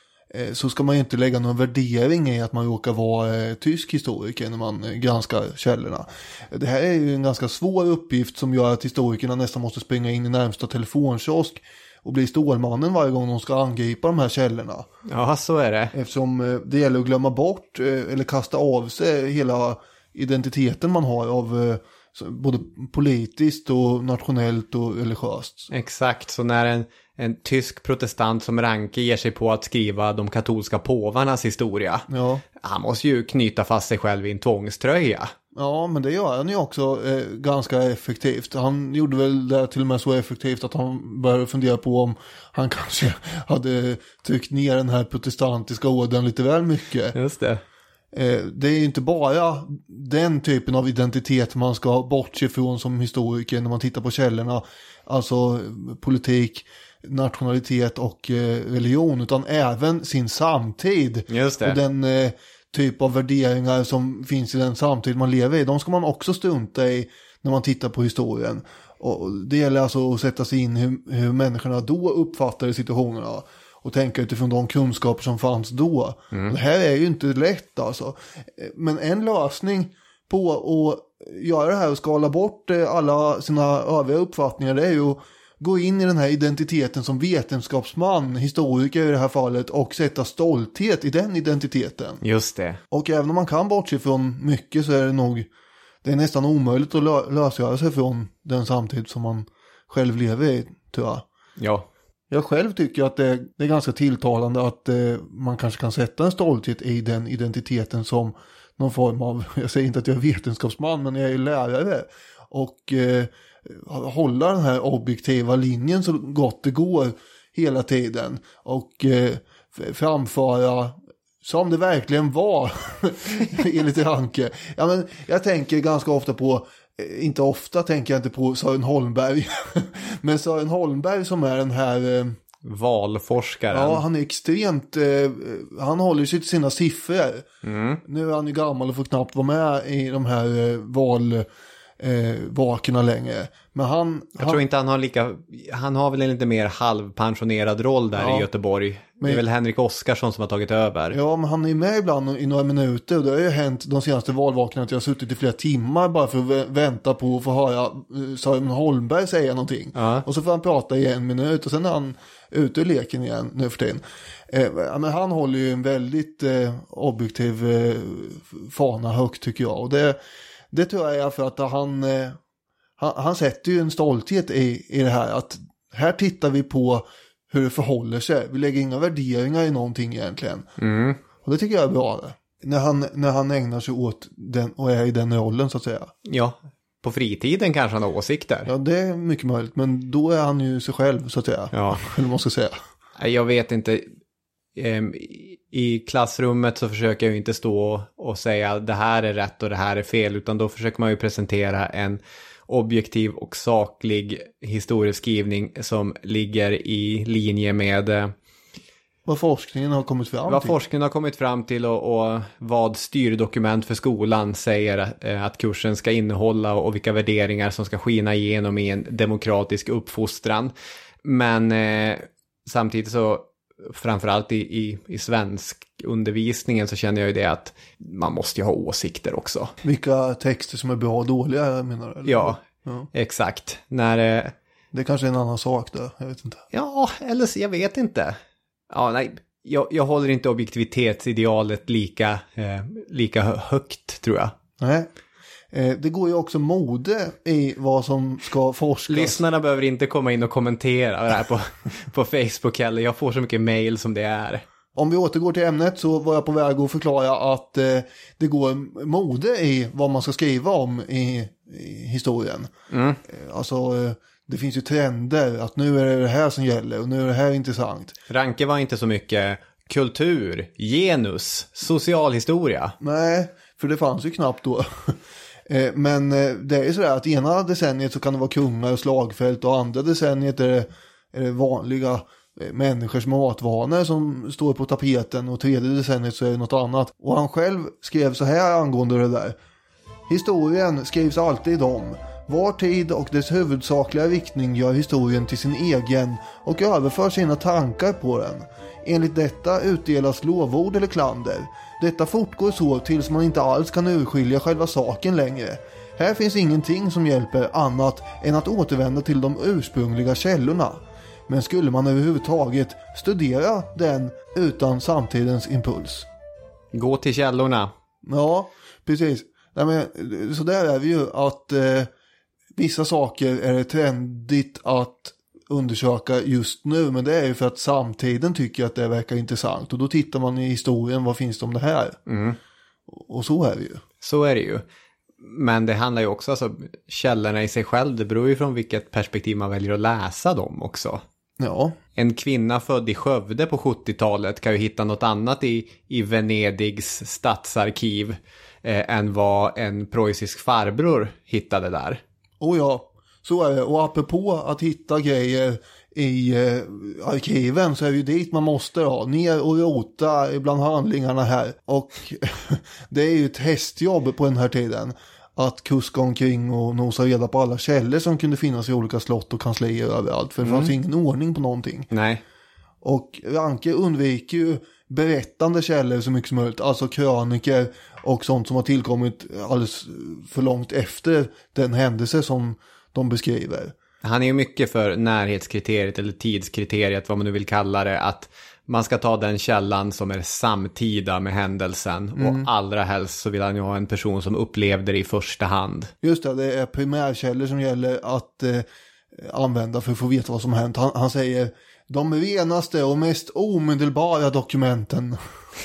Så ska man ju inte lägga någon värdering i att man råkar vara tysk historiker när man granskar källorna. Det här är ju en ganska svår uppgift som gör att historikerna nästan måste springa in i närmsta telefonkiosk och bli Stålmannen varje gång de ska angripa de här källorna. Ja, så är det. Eftersom det gäller att glömma bort eller kasta av sig hela identiteten man har av både politiskt och nationellt och religiöst. Exakt, så när en tysk protestant som Ranke ger sig på att skriva de katolska påvarnas historia, ja. Han måste ju knyta fast sig själv i en tvångströja. Ja, men det gör han ju också ganska effektivt. Han gjorde väl det till och med så effektivt att han började fundera på om han kanske hade tryckt ner den här protestantiska orden lite väl mycket. Just det. Det är ju inte bara den typen av identitet man ska bortse från som historiker när man tittar på källorna. Alltså politik, nationalitet och religion, utan även sin samtid. Just det. Och den typ av värderingar som finns i den samtid man lever i. De ska man också strunta i när man tittar på historien. Och det gäller alltså att sätta sig in hur människorna då uppfattade situationerna och tänka utifrån de kunskaper som fanns då. Det här är ju inte lätt alltså. Men en lösning på att göra det här och skala bort alla sina övriga uppfattningar, det är ju att gå in i den här identiteten som vetenskapsman, historiker i det här fallet, och sätta stolthet i den identiteten. Just det. Och även om man kan bortse från mycket så är det är nästan omöjligt att lösgöra sig från den samtid som man själv lever i, tror jag. Ja. Jag själv tycker att det är ganska tilltalande att man kanske kan sätta en stolthet i den identiteten som någon form av, jag säger inte att jag är vetenskapsman, men jag är lärare. Och hålla den här objektiva linjen så gott det går hela tiden. Och framföra som det verkligen var enligt Ranke. Ja, men jag tänker ganska ofta på, tänker jag inte på Sören Holmberg. Men Sören Holmberg som är den här valforskaren. Ja, han är extremt, han håller sig till sina siffror. Nu är han ju gammal och får knappt vara med i de här valvakorna längre. Men jag tror inte han har väl en lite mer halvpensionerad roll där i Göteborg. Det är väl Henrik Oskarsson som har tagit över. Ja, men han är med ibland i några minuter. Och det har ju hänt de senaste valvakorna att jag har suttit i flera timmar bara för att vänta på att få höra Sören Holmberg säga någonting. Ja. Och så får han prata i 1 minut och sen är han ute i leken igen nu för tiden. Men han håller ju en väldigt objektiv fana högt tycker jag. Och det tror jag är för att han sätter ju en stolthet i det här. Att här tittar vi på hur det förhåller sig. Vi lägger inga värderingar i någonting egentligen. Och det tycker jag är bra. När han ägnar sig åt den och är i den rollen så att säga. Ja, på fritiden kanske han har åsikter. Ja, det är mycket möjligt. Men då är han ju sig själv så att säga. Ja. Eller vad man ska säga. Jag vet inte. I klassrummet så försöker jag ju inte stå och säga det här är rätt och det här är fel. Utan då försöker man ju presentera en objektiv och saklig historieskrivning som ligger i linje med vad forskningen har kommit fram till. Vad forskningen har kommit fram till och vad styrdokument för skolan säger att kursen ska innehålla och vilka värderingar som ska skina igenom i en demokratisk uppfostran. Men samtidigt så framförallt i svensk undervisningen så känner jag ju det att man måste ju ha åsikter också. Vilka texter som är bra och dåliga menar du? Eller? Ja, exakt. Det kanske är en annan sak då, jag vet inte. Ja, eller jag vet inte. Ja, nej, jag håller inte objektivitetsidealet lika högt tror jag. Nej. Det går ju också mode i vad som ska forskas. Lyssnarna behöver inte komma in och kommentera det här på Facebook heller. Jag får så mycket mejl som det är. Om vi återgår till ämnet så var jag på väg att förklara att det går mode i vad man ska skriva om i historien. Alltså det finns ju trender att nu är det här som gäller och nu är det här intressant. Ranke var inte så mycket kultur, genus, socialhistoria. Nej, för det fanns ju knappt då. Men det är ju sådär att ena decenniet så kan det vara kungar och slagfält och andra decenniet är det vanliga människors matvanor som står på tapeten och tredje decenniet så är det något annat. Och han själv skrev så här angående det där. Historien skrivs alltid om. Var tid och dess huvudsakliga riktning gör historien till sin egen och överför sina tankar på den. Enligt detta utdelas lovord eller klander. Detta fortgår så tills man inte alls kan urskilja själva saken längre. Här finns ingenting som hjälper annat än att återvända till de ursprungliga källorna. Men skulle man överhuvudtaget studera den utan samtidens impuls? Gå till källorna. Ja, precis. Nej, men, så där är vi ju att vissa saker är det trendigt att undersöka just nu, men det är ju för att samtiden tycker att det verkar intressant och då tittar man i historien, vad finns det om det här? Och så är det ju. Så är det ju. Men det handlar ju också, alltså, källorna i sig själv, det beror ju från vilket perspektiv man väljer att läsa dem också. Ja. En kvinna född i Skövde på 70-talet kan ju hitta något annat i Venedigs stadsarkiv än vad en preussisk farbror hittade där. Oh ja, så är det. Och apropå att hitta grejer i arkiven så är det ju dit man måste ha. Ner och rota bland handlingarna här. Och det är ju ett hästjobb på den här tiden. Att kuska omkring och nosa reda på alla källor som kunde finnas i olika slott och kanslier överallt. För det fanns ingen ordning på någonting. Nej. Och Ranke undviker ju berättande källor så mycket som möjligt. Alltså kröniker och sånt som har tillkommit alldeles för långt efter den händelse som de beskriver. Han är ju mycket för närhetskriteriet eller tidskriteriet, vad man nu vill kalla det, att man ska ta den källan som är samtida med händelsen och allra helst så vill han ju ha en person som upplevde det i första hand. Just det är primärkällor som gäller att använda för att få veta vad som har hänt. Han säger de renaste och mest omedelbara dokumenten.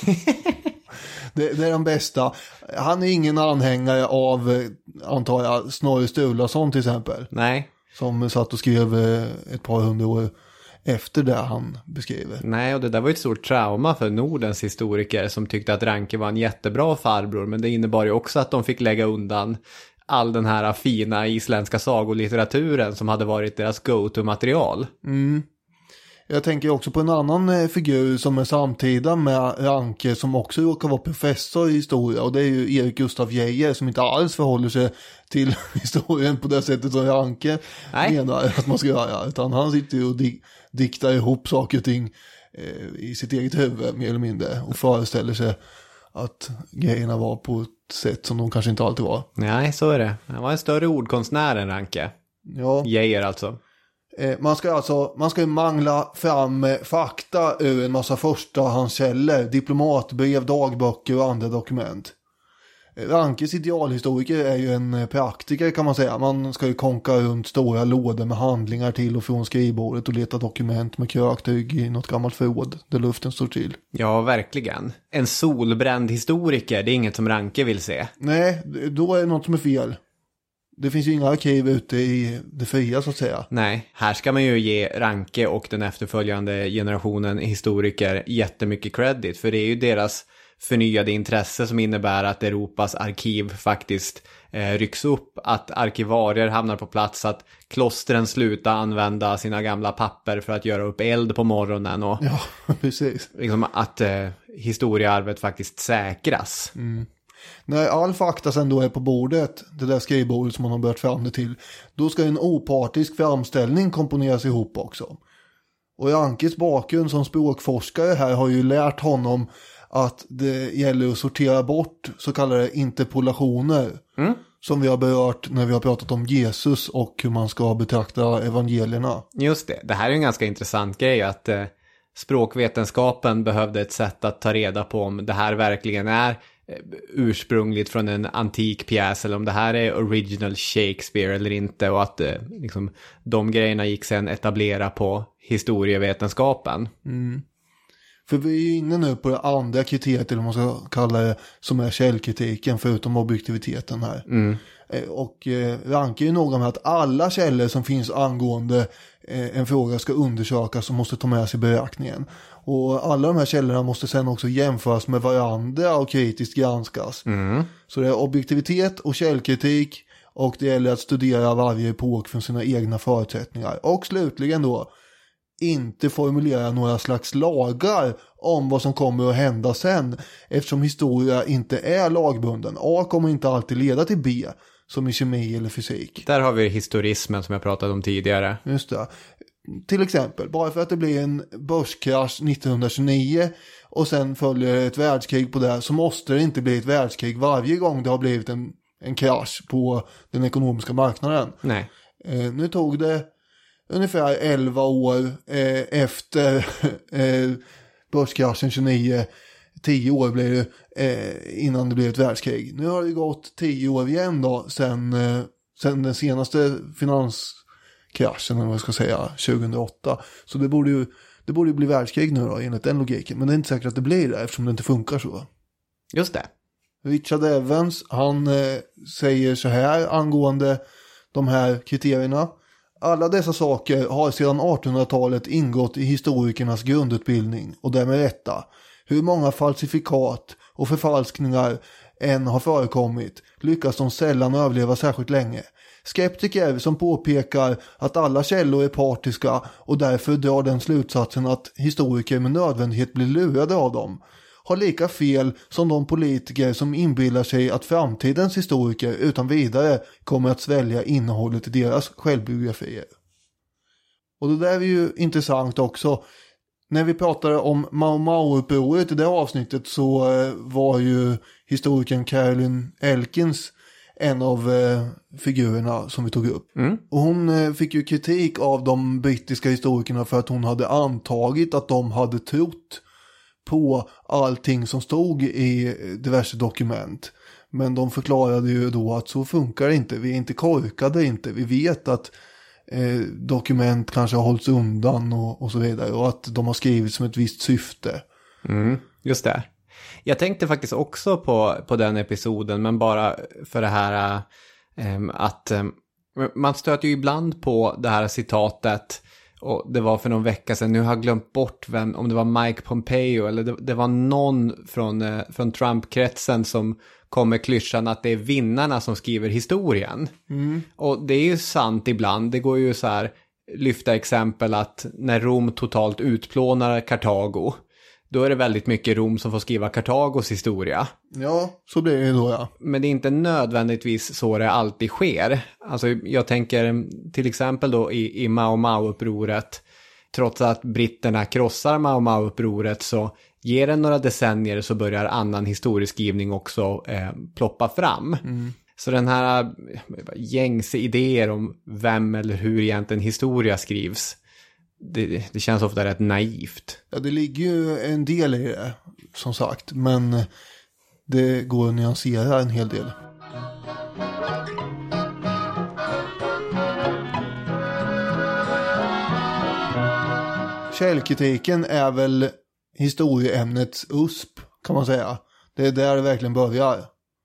Det är de bästa. Han är ingen anhängare av, antar jag, Snorre Sturlason till exempel. Nej. Som satt och skrev ett par hundra år efter det han beskriver. Nej, och det där var ju ett stort trauma för Nordens historiker som tyckte att Ranke var en jättebra farbror. Men det innebar ju också att de fick lägga undan all den här fina isländska sagolitteraturen som hade varit deras go-to-material. Jag tänker också på en annan figur som är samtida med Ranke, som också råkar vara professor i historia, och det är ju Erik Gustaf Geijer, som inte alls förhåller sig till historien på det sättet som Ranke menar att man ska göra, utan han sitter ju och diktar ihop saker och ting i sitt eget huvud mer eller mindre, och föreställer sig att grejerna var på ett sätt som de kanske inte alltid var. Nej, så är det. Han var en större ordkonstnär än Ranke. Ja. Geijer alltså. Man ska ju mangla fram fakta ur en massa förstahandskällor, diplomatbrev, dagböcker och andra dokument. Rankes idealhistoriker är ju en praktiker, kan man säga. Man ska ju konka runt stora lådor med handlingar till och från skrivbordet och leta dokument med kröktygg i något gammalt förråd där luften står till. Ja, verkligen. En solbränd historiker, det är inget som Ranke vill se. Nej, då är det något som är fel. Det finns ju inga arkiv ute i det fria, så att säga. Nej, här ska man ju ge Ranke och den efterföljande generationen historiker jättemycket credit. För det är ju deras förnyade intresse som innebär att Europas arkiv faktiskt rycks upp. Att arkivarier hamnar på plats, att klostren slutar använda sina gamla papper för att göra upp eld på morgonen. Och ja, precis. Liksom att historiearvet faktiskt säkras. Mm. När all fakta sen då är på bordet, det där skrivbordet som man har börjat fram det till, då ska en opartisk framställning komponeras ihop också. Och Rankes bakgrund som språkforskare här har ju lärt honom att det gäller att sortera bort så kallade interpolationer. Som vi har berört när vi har pratat om Jesus och hur man ska betrakta evangelierna. Just det, det här är en ganska intressant grej, att språkvetenskapen behövde ett sätt att ta reda på om det här verkligen är ursprungligt från en antik pjäs eller om det här är original Shakespeare eller inte, och att liksom, de grejerna gick sen etablera på historievetenskapen. För vi är ju inne nu på det andra kriteriet, eller man ska kalla det, som är källkritiken förutom objektiviteten här. Och Ranke är ju noga med att alla källor som finns angående en fråga ska undersökas och måste ta med sig beräkningen. Och alla de här källorna måste sen också jämföras med varandra och kritiskt granskas. Så det är objektivitet och källkritik, och det gäller att studera varje epok från sina egna förutsättningar. Och slutligen då, inte formulera några slags lagar om vad som kommer att hända sen, eftersom historia inte är lagbunden. A kommer inte alltid leda till B, som i kemi eller fysik. Där har vi historismen som jag pratade om tidigare. Just det. Till exempel, bara för att det blir en börskrasch 1929 och sen följer ett världskrig på det, så måste det inte bli ett världskrig varje gång det har blivit en krasch på den ekonomiska marknaden. Nej. Nu tog det ungefär 11 år efter börskraschen 29, 10 år blev det innan det blev ett världskrig. Nu har det gått 10 år igen då sen den senaste finanskraschen, eller vad jag ska säga, 2008. Så det borde ju bli världskrig nu då, enligt den logiken. Men det är inte säkert att det blir det, eftersom det inte funkar så. Just det. Richard Evans, han säger så här angående de här kriterierna. Alla dessa saker har sedan 1800-talet ingått i historikernas grundutbildning, och därmed rätta. Hur många falsifikat och förfalskningar än har förekommit lyckas de sällan överleva särskilt länge. Skeptiker som påpekar att alla källor är partiska och därför drar den slutsatsen att historiker med nödvändighet blir lurade av dem, har lika fel som de politiker som inbillar sig att framtidens historiker utan vidare kommer att svälja innehållet i deras självbiografier. Och det där är ju intressant också. När vi pratade om Mau Mau-upproret i det avsnittet, så var ju historikern Carolyn Elkins en av figurerna som vi tog upp. Och hon fick ju kritik av de brittiska historikerna för att hon hade antagit att de hade trott på allting som stod i diverse dokument. Men de förklarade ju då att så funkar det inte. Vi är inte korkade inte. Vi vet att dokument kanske har hållits undan och så vidare. Och att de har skrivits som ett visst syfte. Just det. Jag tänkte faktiskt också på den episoden, men bara för det här att man stöter ju ibland på det här citatet, och det var för någon vecka sedan, nu har jag glömt bort om det var Mike Pompeo eller det var någon från Trump-kretsen som kom med klyschan att det är vinnarna som skriver historien. Och det är ju sant ibland, det går ju så här, lyfta exempel att när Rom totalt utplånar Kartago, då är det väldigt mycket Rom som får skriva Kartagos historia. Ja, så blir det då, ja. Men det är inte nödvändigtvis så det alltid sker. Alltså jag tänker till exempel då i Mau Mau-upproret. Trots att britterna krossar Mau Mau-upproret så ger det några decennier så börjar annan historieskrivning också ploppa fram. Så den här gängse idéer om vem eller hur egentligen historia skrivs, det känns ofta rätt naivt. Ja, det ligger ju en del i det, som sagt. Men det går att nyansera en hel del. Källkritiken är väl historieämnets USP, kan man säga. Det är där det verkligen börjar.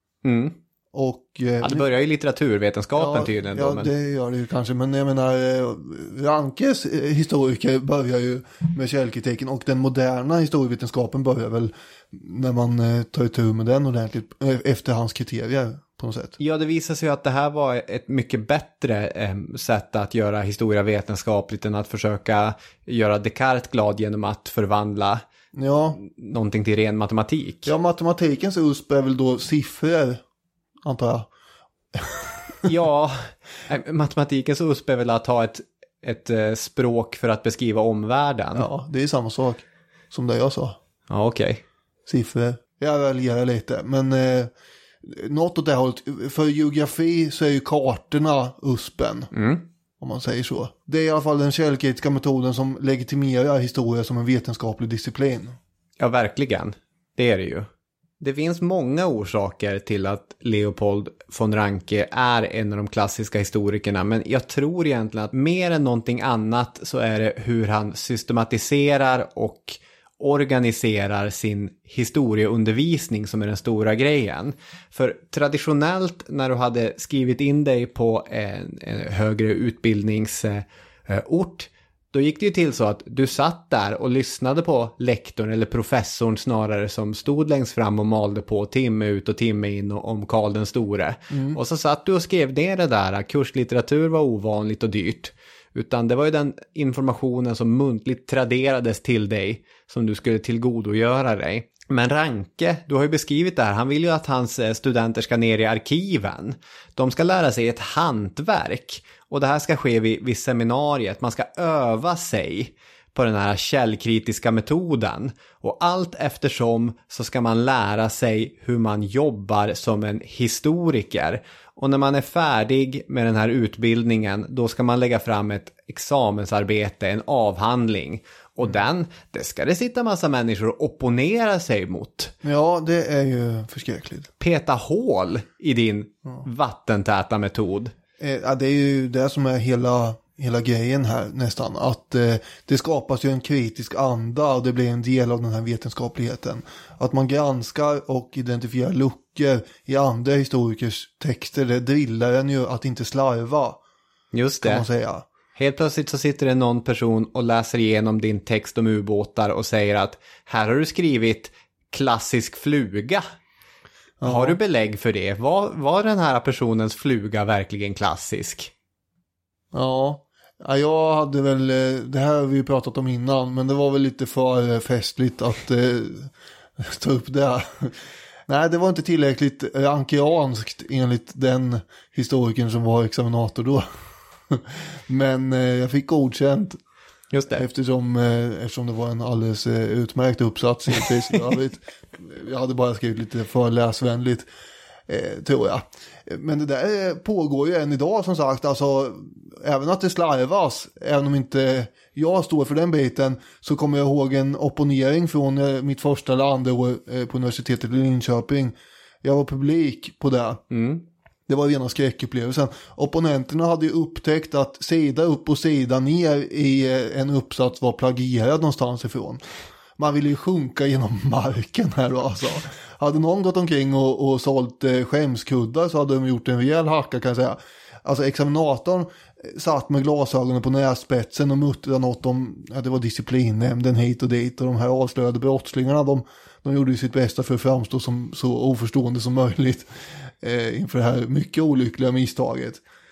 Och, det börjar ju litteraturvetenskapen tydligen. Ja, men... det gör det ju kanske. Men jag menar, Rankes historiker börjar ju med källkritiken. Och den moderna historievetenskapen börjar väl när man tar tur med den ordentligt efter hans kriterier på något sätt. Ja, det visar sig att det här var ett mycket bättre sätt att göra historia vetenskapligt än att försöka göra Descartes glad genom att förvandla någonting till ren matematik. Ja, matematikens USP är väl då siffror, antar jag. Ja, matematikens USP är väl att ha ett språk för att beskriva omvärlden. Ja, det är samma sak som det jag sa. Ja, okej. Siffror. Jag väljer lite, men något åt det hållet. För geografi så är ju kartorna USPen. Om man säger så. Det är i alla fall den källkritiska metoden som legitimerar historia som en vetenskaplig disciplin. Ja, verkligen. Det är det ju. Det finns många orsaker till att Leopold von Ranke är en av de klassiska historikerna, men jag tror egentligen att mer än någonting annat så är det hur han systematiserar och organiserar sin historieundervisning som är den stora grejen. För traditionellt när du hade skrivit in dig på en högre utbildningsort, då gick det ju till så att du satt där och lyssnade på lektorn eller professorn snarare som stod längst fram och malde på timme ut och timme in om Karl den store. Och så satt du och skrev ner det där. Kurslitteratur var ovanligt och dyrt. Utan det var ju den informationen som muntligt traderades till dig som du skulle tillgodogöra dig. Men Ranke, du har ju beskrivit det här. Han vill ju att hans studenter ska ner i arkiven. De ska lära sig ett hantverk. Och det här ska ske vid seminariet. Man ska öva sig på den här källkritiska metoden. Och allt eftersom så ska man lära sig hur man jobbar som en historiker. Och när man är färdig med den här utbildningen, då ska man lägga fram ett examensarbete, en avhandling. Och det ska det sitta massa människor och opponera sig mot. Ja, det är ju förskräckligt. Peta hål i din vattentäta metod. Ja, det är ju det som är hela grejen här nästan. Att det skapas ju en kritisk anda och det blir en del av den här vetenskapligheten. Att man granskar och identifierar luckor i andra historikers texter. Det drillar en ju att inte slarva. Just det. Kan man säga. Helt plötsligt så sitter det någon person och läser igenom din text om ubåtar och säger att här har du skrivit klassisk fluga. Ja. Har du belägg för det? Var den här personens fluga verkligen klassisk? Ja, jag hade väl, det här har vi ju pratat om innan, men det var väl lite för festligt att ta upp det. Nej, det var inte tillräckligt rankianskt enligt den historikern som var examinator då. Men jag fick godkänt. Just det. Eftersom det var en alldeles utmärkt uppsats. Jag hade bara skrivit lite för läsvänligt, tror jag. Men det där pågår ju än idag som sagt. Alltså, även att det slarvas, även om inte jag står för den biten, så kommer jag ihåg en opponering från mitt första eller andra år på universitetet i Linköping. Jag var publik på det. Det var rena skräckupplevelsen. Opponenterna hade ju upptäckt att sida upp och sida ner i en uppsats var plagierad någonstans ifrån. Man ville ju sjunka genom marken här då, alltså. Hade någon gått omkring och sålt skämskuddar så hade de gjort en rejäl hacka, kan jag säga. Alltså examinatorn satt med glasögonen på nässpetsen och muttrade något om, det var disciplinnämnden hit och dit, och de här avslöjade brottslingarna, de gjorde ju sitt bästa för att framstå som så oförstående som möjligt inför det här mycket olyckliga misstaget.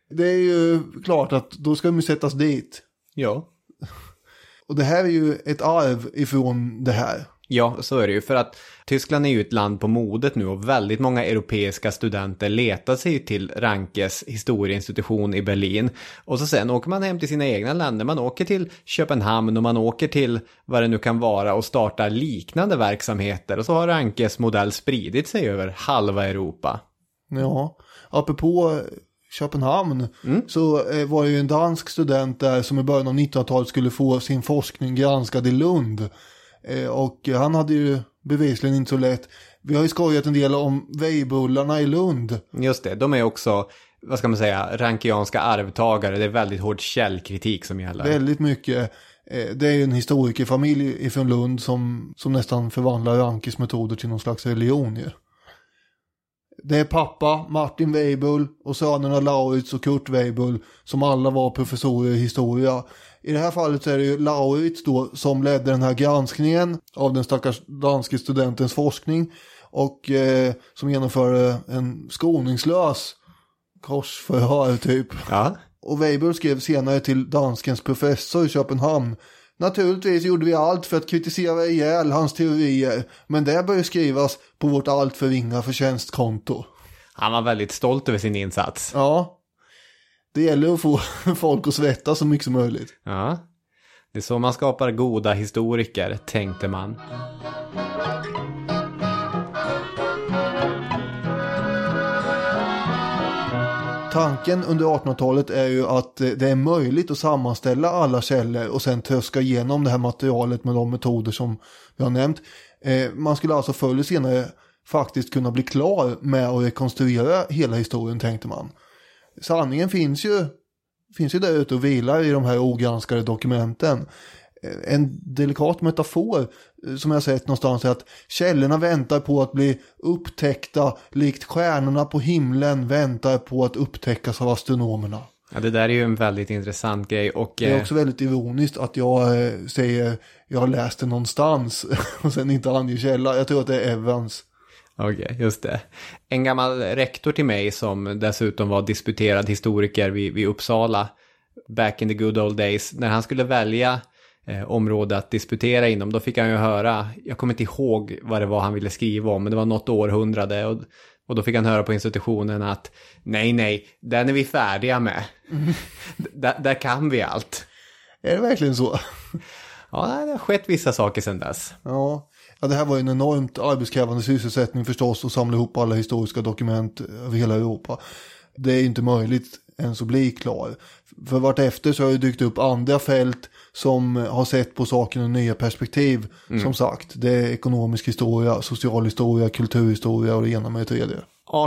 Det är ju klart att då ska de sättas dit. Ja. Och det här är ju ett arv ifrån det här. Ja, så är det ju. För att Tyskland är ju ett land på modet nu och väldigt många europeiska studenter letar sig till Rankes historieinstitution i Berlin. Och så sen åker man hem till sina egna länder. Man åker till Köpenhamn och man åker till vad det nu kan vara och startar liknande verksamheter. Och så har Rankes modell spridit sig över halva Europa. Ja, apropå Köpenhamn så var det ju en dansk student där som i början av 1900-talet skulle få sin forskning granskad i Lund. Och han hade ju bevisligen inte så lätt. Vi har ju skojat en del om Weibullarna i Lund. Just det, de är också, vad ska man säga, rankianska arvtagare. Det är väldigt hård källkritik som gäller. Väldigt mycket. Det är ju en historikerfamilj ifrån Lund som nästan förvandlar Rankes metoder till någon slags religion ju. Det är pappa, Martin Weibull och sönerna Laurits och Kurt Weibull som alla var professorer i historia. I det här fallet så är det ju Laurits då som ledde den här granskningen av den stackars danske studentens forskning och som genomförde en skoningslös korsförhör typ. Ja. Och Weibull skrev senare till danskens professor i Köpenhamn: naturligtvis gjorde vi allt för att kritisera ihjäl hans teorier, men det bör ju skrivas på vårt allt för ringa förtjänstkonto. Han var väldigt stolt över sin insats. Ja, det gäller att få folk att svettas så mycket som möjligt. Ja, det är så man skapar goda historiker, tänkte man. Tanken under 1800-talet är ju att det är möjligt att sammanställa alla källor och sen tröska igenom det här materialet med de metoder som vi har nämnt. Man skulle alltså förr eller senare faktiskt kunna bli klar med att rekonstruera hela historien, tänkte man. Sanningen finns ju där ute och vilar i de här ogranskade dokumenten. En delikat metafor som jag sett någonstans är att källorna väntar på att bli upptäckta likt stjärnorna på himlen väntar på att upptäckas av astronomerna. Ja, det där är ju en väldigt intressant grej. Och det är också väldigt ironiskt att jag säger jag har läst det någonstans och sen inte anger källa. Jag tror att det är Evans. Okej, just det. En gammal rektor till mig som dessutom var disputerad historiker vid Uppsala back in the good old days. När han skulle välja område att disputera inom, då fick han ju höra, jag kommer inte ihåg vad det var han ville skriva om, men det var något århundrade och då fick han höra på institutionen att nej, den är vi färdiga med. Där kan vi allt. Är det verkligen så? Ja, det har skett vissa saker sedan dess. Ja, det här var ju en enormt arbetskrävande sysselsättning förstås att samla ihop alla historiska dokument över hela Europa. Det är inte möjligt ens att bli klar. För vartefter så har det dykt upp andra fält som har sett på saken i nya perspektiv. Som sagt, det är ekonomisk historia, social historia, kulturhistoria och det ena med det tredje.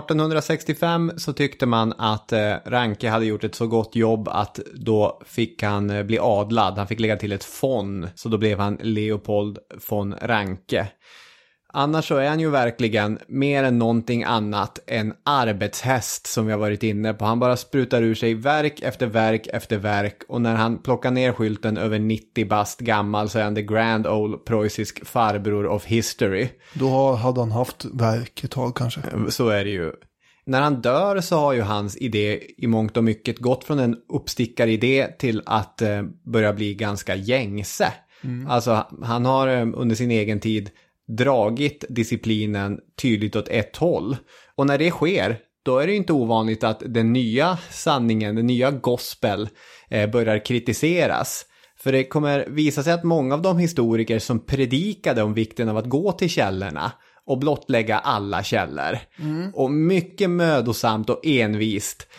1865 så tyckte man att Ranke hade gjort ett så gott jobb att då fick han bli adlad. Han fick lägga till ett von, så då blev han Leopold von Ranke. Annars så är han ju verkligen mer än någonting annat en arbetshäst som vi har varit inne på. Han bara sprutar ur sig verk efter verk efter verk. Och när han plockar ner skylten över 90 bast gammal så är han the grand old preussisk farbror of history. Då hade han haft verk ett tag kanske. Så är det ju. När han dör så har ju hans idé i mångt och mycket gått från en uppstickaridé till att börja bli ganska gängse. Alltså han har under sin egen tid dragit disciplinen tydligt åt ett håll. Och när det sker, då är det inte ovanligt att den nya sanningen, den nya gospel börjar kritiseras. För det kommer visa sig att många av de historiker som predikade om vikten av att gå till källorna och blottlägga alla källor. Och mycket mödosamt och envist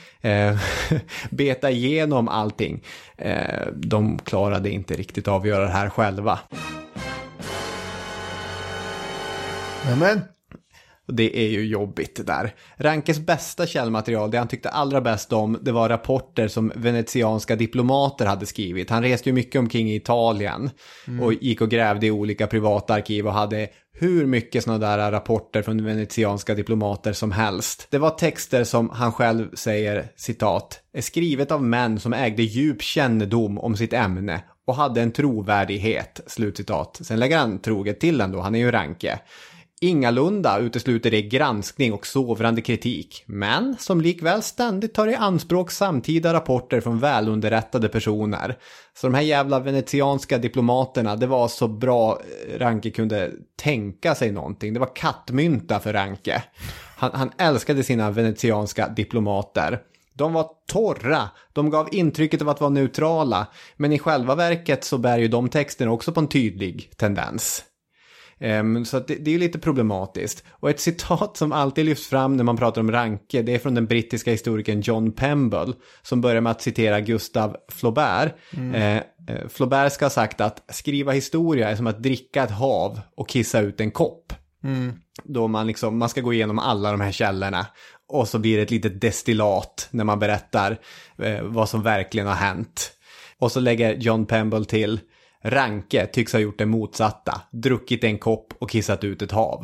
beta igenom allting. De klarade inte riktigt av att göra det här själva. Amen. Det är ju jobbigt där. Rankes bästa källmaterial, det han tyckte allra bäst om, det var rapporter som venetianska diplomater hade skrivit. Han reste ju mycket omkring i Italien och gick och grävde i olika privata arkiv och hade hur mycket sådana där rapporter från venetianska diplomater som helst. Det var texter som han själv säger, citat, är skrivet av män som ägde djup kännedom om sitt ämne och hade en trovärdighet, slutcitat. Sen lägger han troget till den då, han är ju Ranke. Ingalunda utesluter det granskning och sovrande kritik, men som likväl ständigt tar i anspråk samtida rapporter från välunderrättade personer. Så de här jävla venetianska diplomaterna, det var så bra Ranke kunde tänka sig någonting. Det var kattmynta för Ranke. Han älskade sina venetianska diplomater. De var torra, de gav intrycket av att vara neutrala, men i själva verket så bär ju de texterna också på en tydlig tendens. Så att det är ju lite problematiskt. Och ett citat som alltid lyfts fram när man pratar om Ranke, det är från den brittiska historikern John Pemble, som börjar med att citera Gustave Flaubert. Flaubert ska ha sagt att skriva historia är som att dricka ett hav och kissa ut en kopp. Då man ska gå igenom alla de här källorna, och så blir det ett litet destillat när man berättar vad som verkligen har hänt. Och så lägger John Pemble till: Ranke tycks ha gjort det motsatta, druckit en kopp och kissat ut ett hav.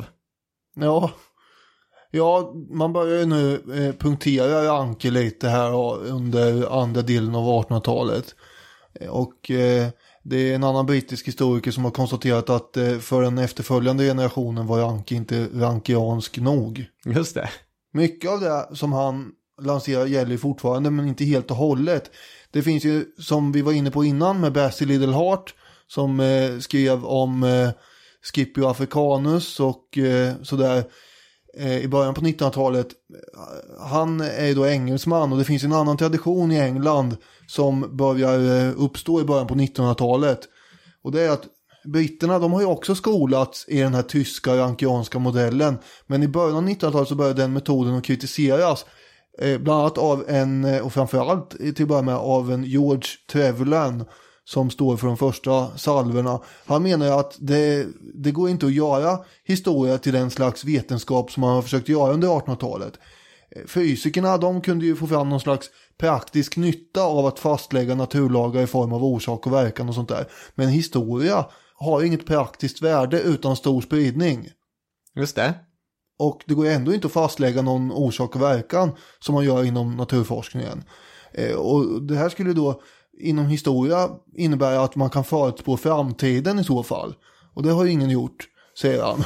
Ja, man börjar ju nu punktera Ranke lite här under andra delen av 1800-talet. Och det är en annan brittisk historiker som har konstaterat att för den efterföljande generationen var Ranke inte rankiansk nog. Just det. Mycket av det som han lanserar gäller fortfarande, men inte helt och hållet. Det finns ju, som vi var inne på innan, med Basil Lidlehart som skrev om Scipio Africanus och sådär i början på 1900-talet. Han är ju då engelsman, och det finns en annan tradition i England som börjar uppstå i början på 1900-talet. Och det är att britterna, de har ju också skolats i den här tyska rankianska modellen. Men i början av 1900-talet så började den metoden att kritiseras. Bland annat av och framförallt till att börja med av en George Trevelyan som står för de första salverna. Han menar att det går inte att göra historia till den slags vetenskap som man har försökt göra under 1800-talet. Fysikerna, de kunde ju få fram någon slags praktisk nytta av att fastlägga naturlagar i form av orsak och verkan och sånt där. Men historia har inget praktiskt värde utan stor spridning. Just det. Och det går ändå inte att fastlägga någon orsak och verkan som man gör inom naturforskningen. Och det här skulle då inom historia innebära att man kan förutspå framtiden i så fall. Och det har ju ingen gjort, säger han.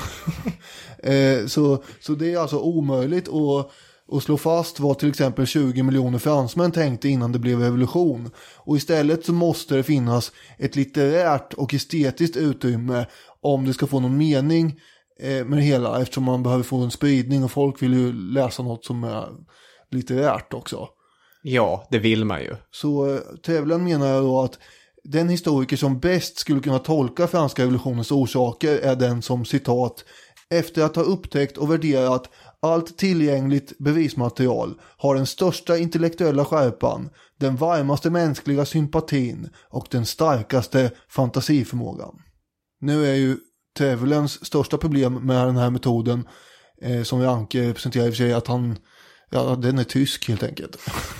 Så det är alltså omöjligt att slå fast vad till exempel 20 miljoner fransmän tänkte innan det blev revolution. Och istället så måste det finnas ett litterärt och estetiskt utrymme om det ska få någon mening med det hela, eftersom man behöver få en spridning och folk vill ju läsa något som är litterärt också. Ja, det vill man ju. Så Trevelyan menar då att den historiker som bäst skulle kunna tolka franska revolutionens orsaker är den som, citat, efter att ha upptäckt och värderat allt tillgängligt bevismaterial har den största intellektuella skärpan, den varmaste mänskliga sympatin och den starkaste fantasiförmågan. Nu är ju Trevelyans största problem med den här metoden som Ranke representerar i och för sig att den är tysk helt enkelt.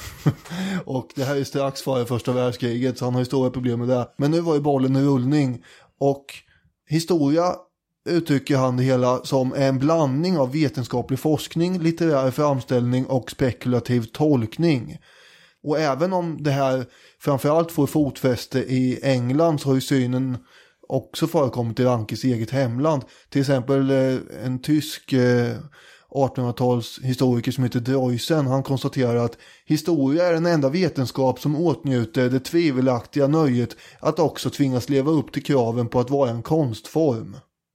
Och det här är strax före första världskriget, så han har ju stora problem med det. Men nu var ju bollen i rullning, och historia uttrycker han det hela som en blandning av vetenskaplig forskning, litterär framställning och spekulativ tolkning. Och även om det här framförallt får fotfäste i England, så har ju synen också förekommit i Rankes eget hemland. Till exempel en tysk 1800-tals historiker som heter Droysen, han konstaterar att historia är den enda vetenskap som åtnjuter det tvivelaktiga nöjet att också tvingas leva upp till kraven på att vara en konstform.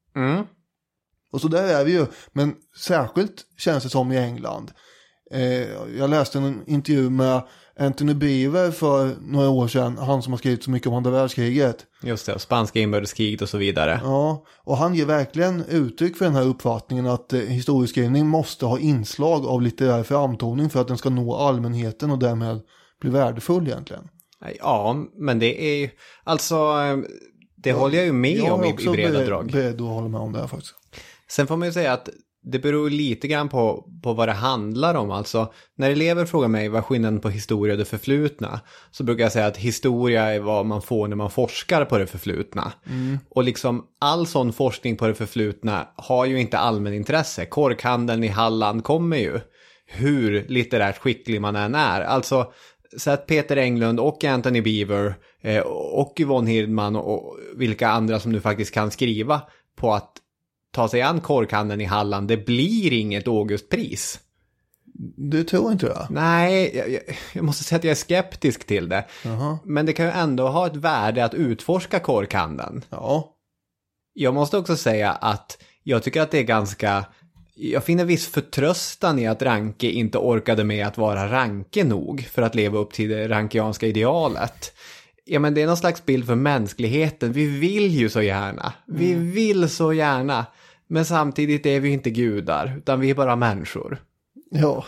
Och så där är vi ju, men särskilt känns det som i England. Jag läste en intervju med Anthony Beaver för några år sedan, han som har skrivit så mycket om andra världskriget. Just det, spanska inbördeskriget och så vidare. Ja, och han ger verkligen uttryck för den här uppfattningen att historieskrivning måste ha inslag av litterär framtoning för att den ska nå allmänheten och därmed bli värdefull egentligen. Ja, men det är ju, alltså, det håller jag ju med om i breda drag. Jag är beredd att hålla med om det här faktiskt. Sen får man ju säga att det beror lite grann på vad det handlar om. Alltså, när elever frågar mig vad skillnaden på historia och det förflutna, så brukar jag säga att historia är vad man får när man forskar på det förflutna. Och liksom all sån forskning på det förflutna har ju inte allmänintresse. Korkhandeln i Halland kommer ju hur litterärt skicklig man än är. Alltså, så att Peter Englund och Anthony Beaver och Yvonne Hirdman och vilka andra som nu faktiskt kan skriva på att ta sig an korkhandeln i Halland. Det blir inget Augustpris. Du tror inte det? Nej, jag måste säga att jag är skeptisk till det. Men det kan ju ändå ha ett värde att utforska korkhandeln. Ja. Jag måste också säga att jag tycker att det är ganska... Jag finner viss förtröstan i att Ranke inte orkade med att vara Ranke nog för att leva upp till det rankianska idealet. Ja, men det är någon slags bild för mänskligheten. Vi vill ju så gärna. Vi vill så gärna. Men samtidigt är vi inte gudar, utan vi är bara människor. Ja.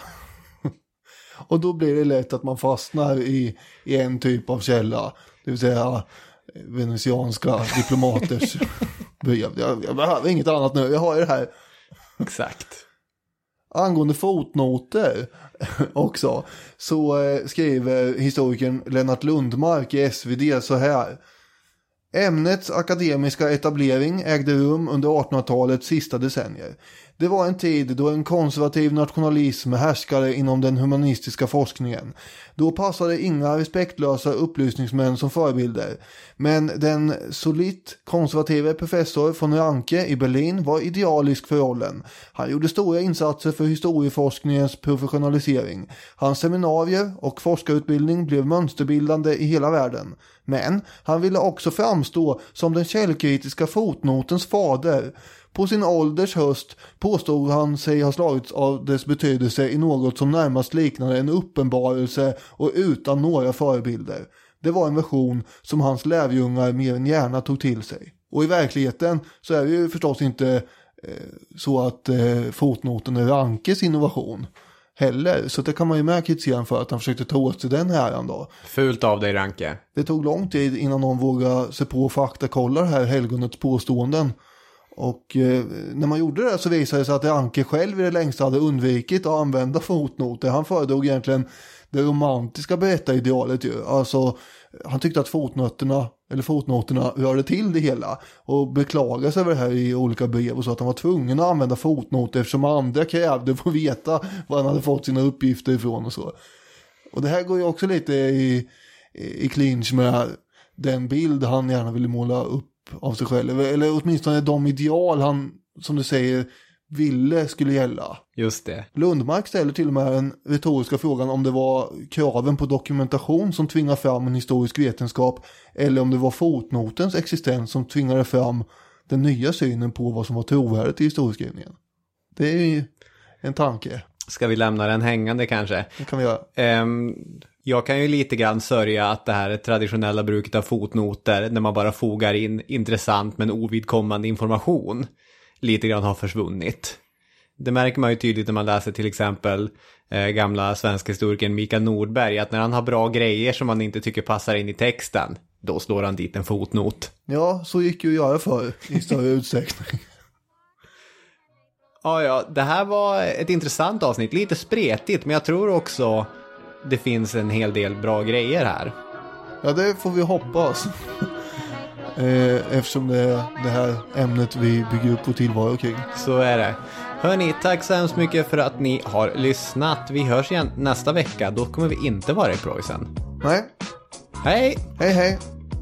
Och då blir det lätt att man fastnar i en typ av källa. Det vill säga venetianska diplomaters brev. Jag behöver inget annat nu. Jag har ju det här. Exakt. Angående fotnoter också så skriver historikern Lennart Lundmark i SvD så här. Ämnets akademiska etablering ägde rum under 1800-talets sista decennier. Det var en tid då en konservativ nationalism härskade inom den humanistiska forskningen. Då passade inga respektlösa upplysningsmän som förebilder. Men den solitt konservative professor von Ranke i Berlin var idealisk för rollen. Han gjorde stora insatser för historieforskningens professionalisering. Hans seminarier och forskarutbildning blev mönsterbildande i hela världen. Men han ville också framstå som den källkritiska fotnotens fader. På sin ålders höst påstod han sig ha slagits av dess betydelse i något som närmast liknade en uppenbarelse och utan några förebilder. Det var en version som hans lärjungar mer än gärna tog till sig. Och i verkligheten så är det ju förstås inte så att fotnoten är Rankes innovation heller. Så det kan man ju med kritisera för att han försökte ta åt sig den här då. Fult av dig, Ranke. Det tog lång tid innan någon vågade se på och faktakolla det här helgonets påståenden. Och när man gjorde det så visade det sig att Ranke själv i det längsta hade undvikit att använda fotnoter. Han föredrog egentligen det romantiska berättaridealet ju. Alltså han tyckte att fotnoterna rörde till det hela och beklagade sig över det här i olika brev och så att han var tvungen att använda fotnoter eftersom andra krävde för att veta var han hade fått sina uppgifter ifrån och så. Och det här går ju också lite i clinch med den bild han gärna ville måla upp av sig själv, eller åtminstone de ideal han, som du säger, ville skulle gälla. Just det. Lundmark ställer till och med den retoriska frågan om det var kraven på dokumentation som tvingade fram en historisk vetenskap eller om det var fotnotens existens som tvingade fram den nya synen på vad som var trovärdigt i historieskrivningen. Det är ju en tanke. Ska vi lämna den hängande kanske? Det kan vi göra. Jag kan ju lite grann sörja att det här traditionella bruket av fotnoter när man bara fogar in intressant men ovidkommande information lite grann har försvunnit. Det märker man ju tydligt när man läser till exempel gamla svenska historikern Mikael Nordberg, att när han har bra grejer som man inte tycker passar in i texten, då slår han dit en fotnot. Ja, så gick ju jag för i större utsträckning. Ja, det här var ett intressant avsnitt, lite spretigt, men jag tror också det finns en hel del bra grejer här. Ja, det får vi hoppas. Eftersom det är det här ämnet vi bygger upp vår tillvaro kring. Så är det. Hörni, tack så hemskt mycket för att ni har lyssnat. Vi hörs igen nästa vecka. Då kommer vi inte vara i Preussen. Nej. Hej! Hej, hej.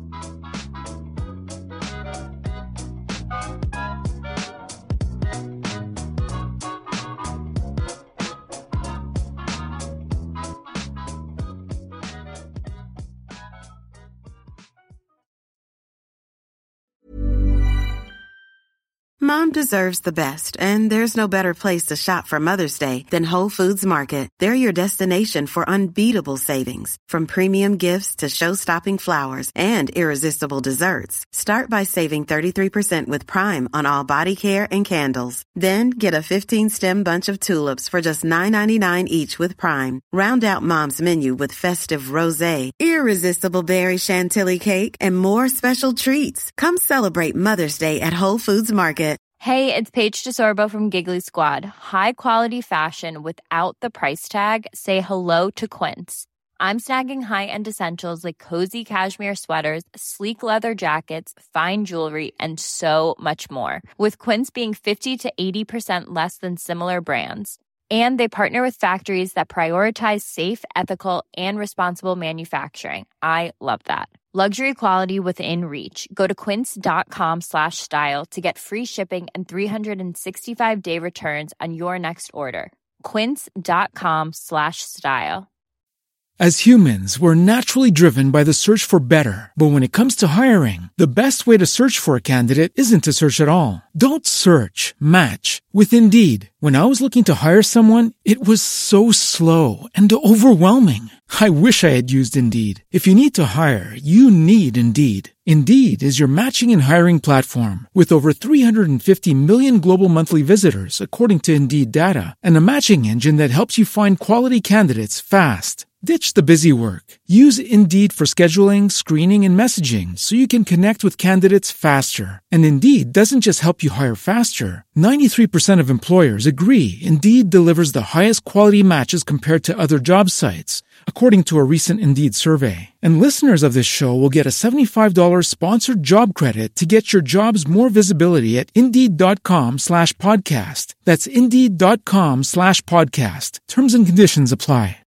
Mom deserves the best, and there's no better place to shop for Mother's Day than Whole Foods Market. They're your destination for unbeatable savings, from premium gifts to show-stopping flowers and irresistible desserts. Start by saving 33% with Prime on all body care and candles. Then get a 15-stem bunch of tulips for just $9.99 each with Prime. Round out Mom's menu with festive rosé, irresistible berry chantilly cake, and more special treats. Come celebrate Mother's Day at Whole Foods Market. Hey, it's Paige DeSorbo from Giggly Squad. High quality fashion without the price tag. Say hello to Quince. I'm snagging high-end essentials like cozy cashmere sweaters, sleek leather jackets, fine jewelry, and so much more. With Quince being 50 to 80% less than similar brands. And they partner with factories that prioritize safe, ethical, and responsible manufacturing. I love that. Luxury quality within reach. Go to quince.com/style to get free shipping and 365-day returns on your next order. Quince.com/style. As humans, we're naturally driven by the search for better. But when it comes to hiring, the best way to search for a candidate isn't to search at all. Don't search, match with Indeed. When I was looking to hire someone, it was so slow and overwhelming. I wish I had used Indeed. If you need to hire, you need Indeed. Indeed is your matching and hiring platform with over 350 million global monthly visitors, according to Indeed data, and a matching engine that helps you find quality candidates fast. Ditch the busy work. Use Indeed for scheduling, screening, and messaging so you can connect with candidates faster. And Indeed doesn't just help you hire faster. 93% of employers agree Indeed delivers the highest quality matches compared to other job sites, according to a recent Indeed survey. And listeners of this show will get a $75 sponsored job credit to get your jobs more visibility at Indeed.com/podcast. That's Indeed.com/podcast. Terms and conditions apply.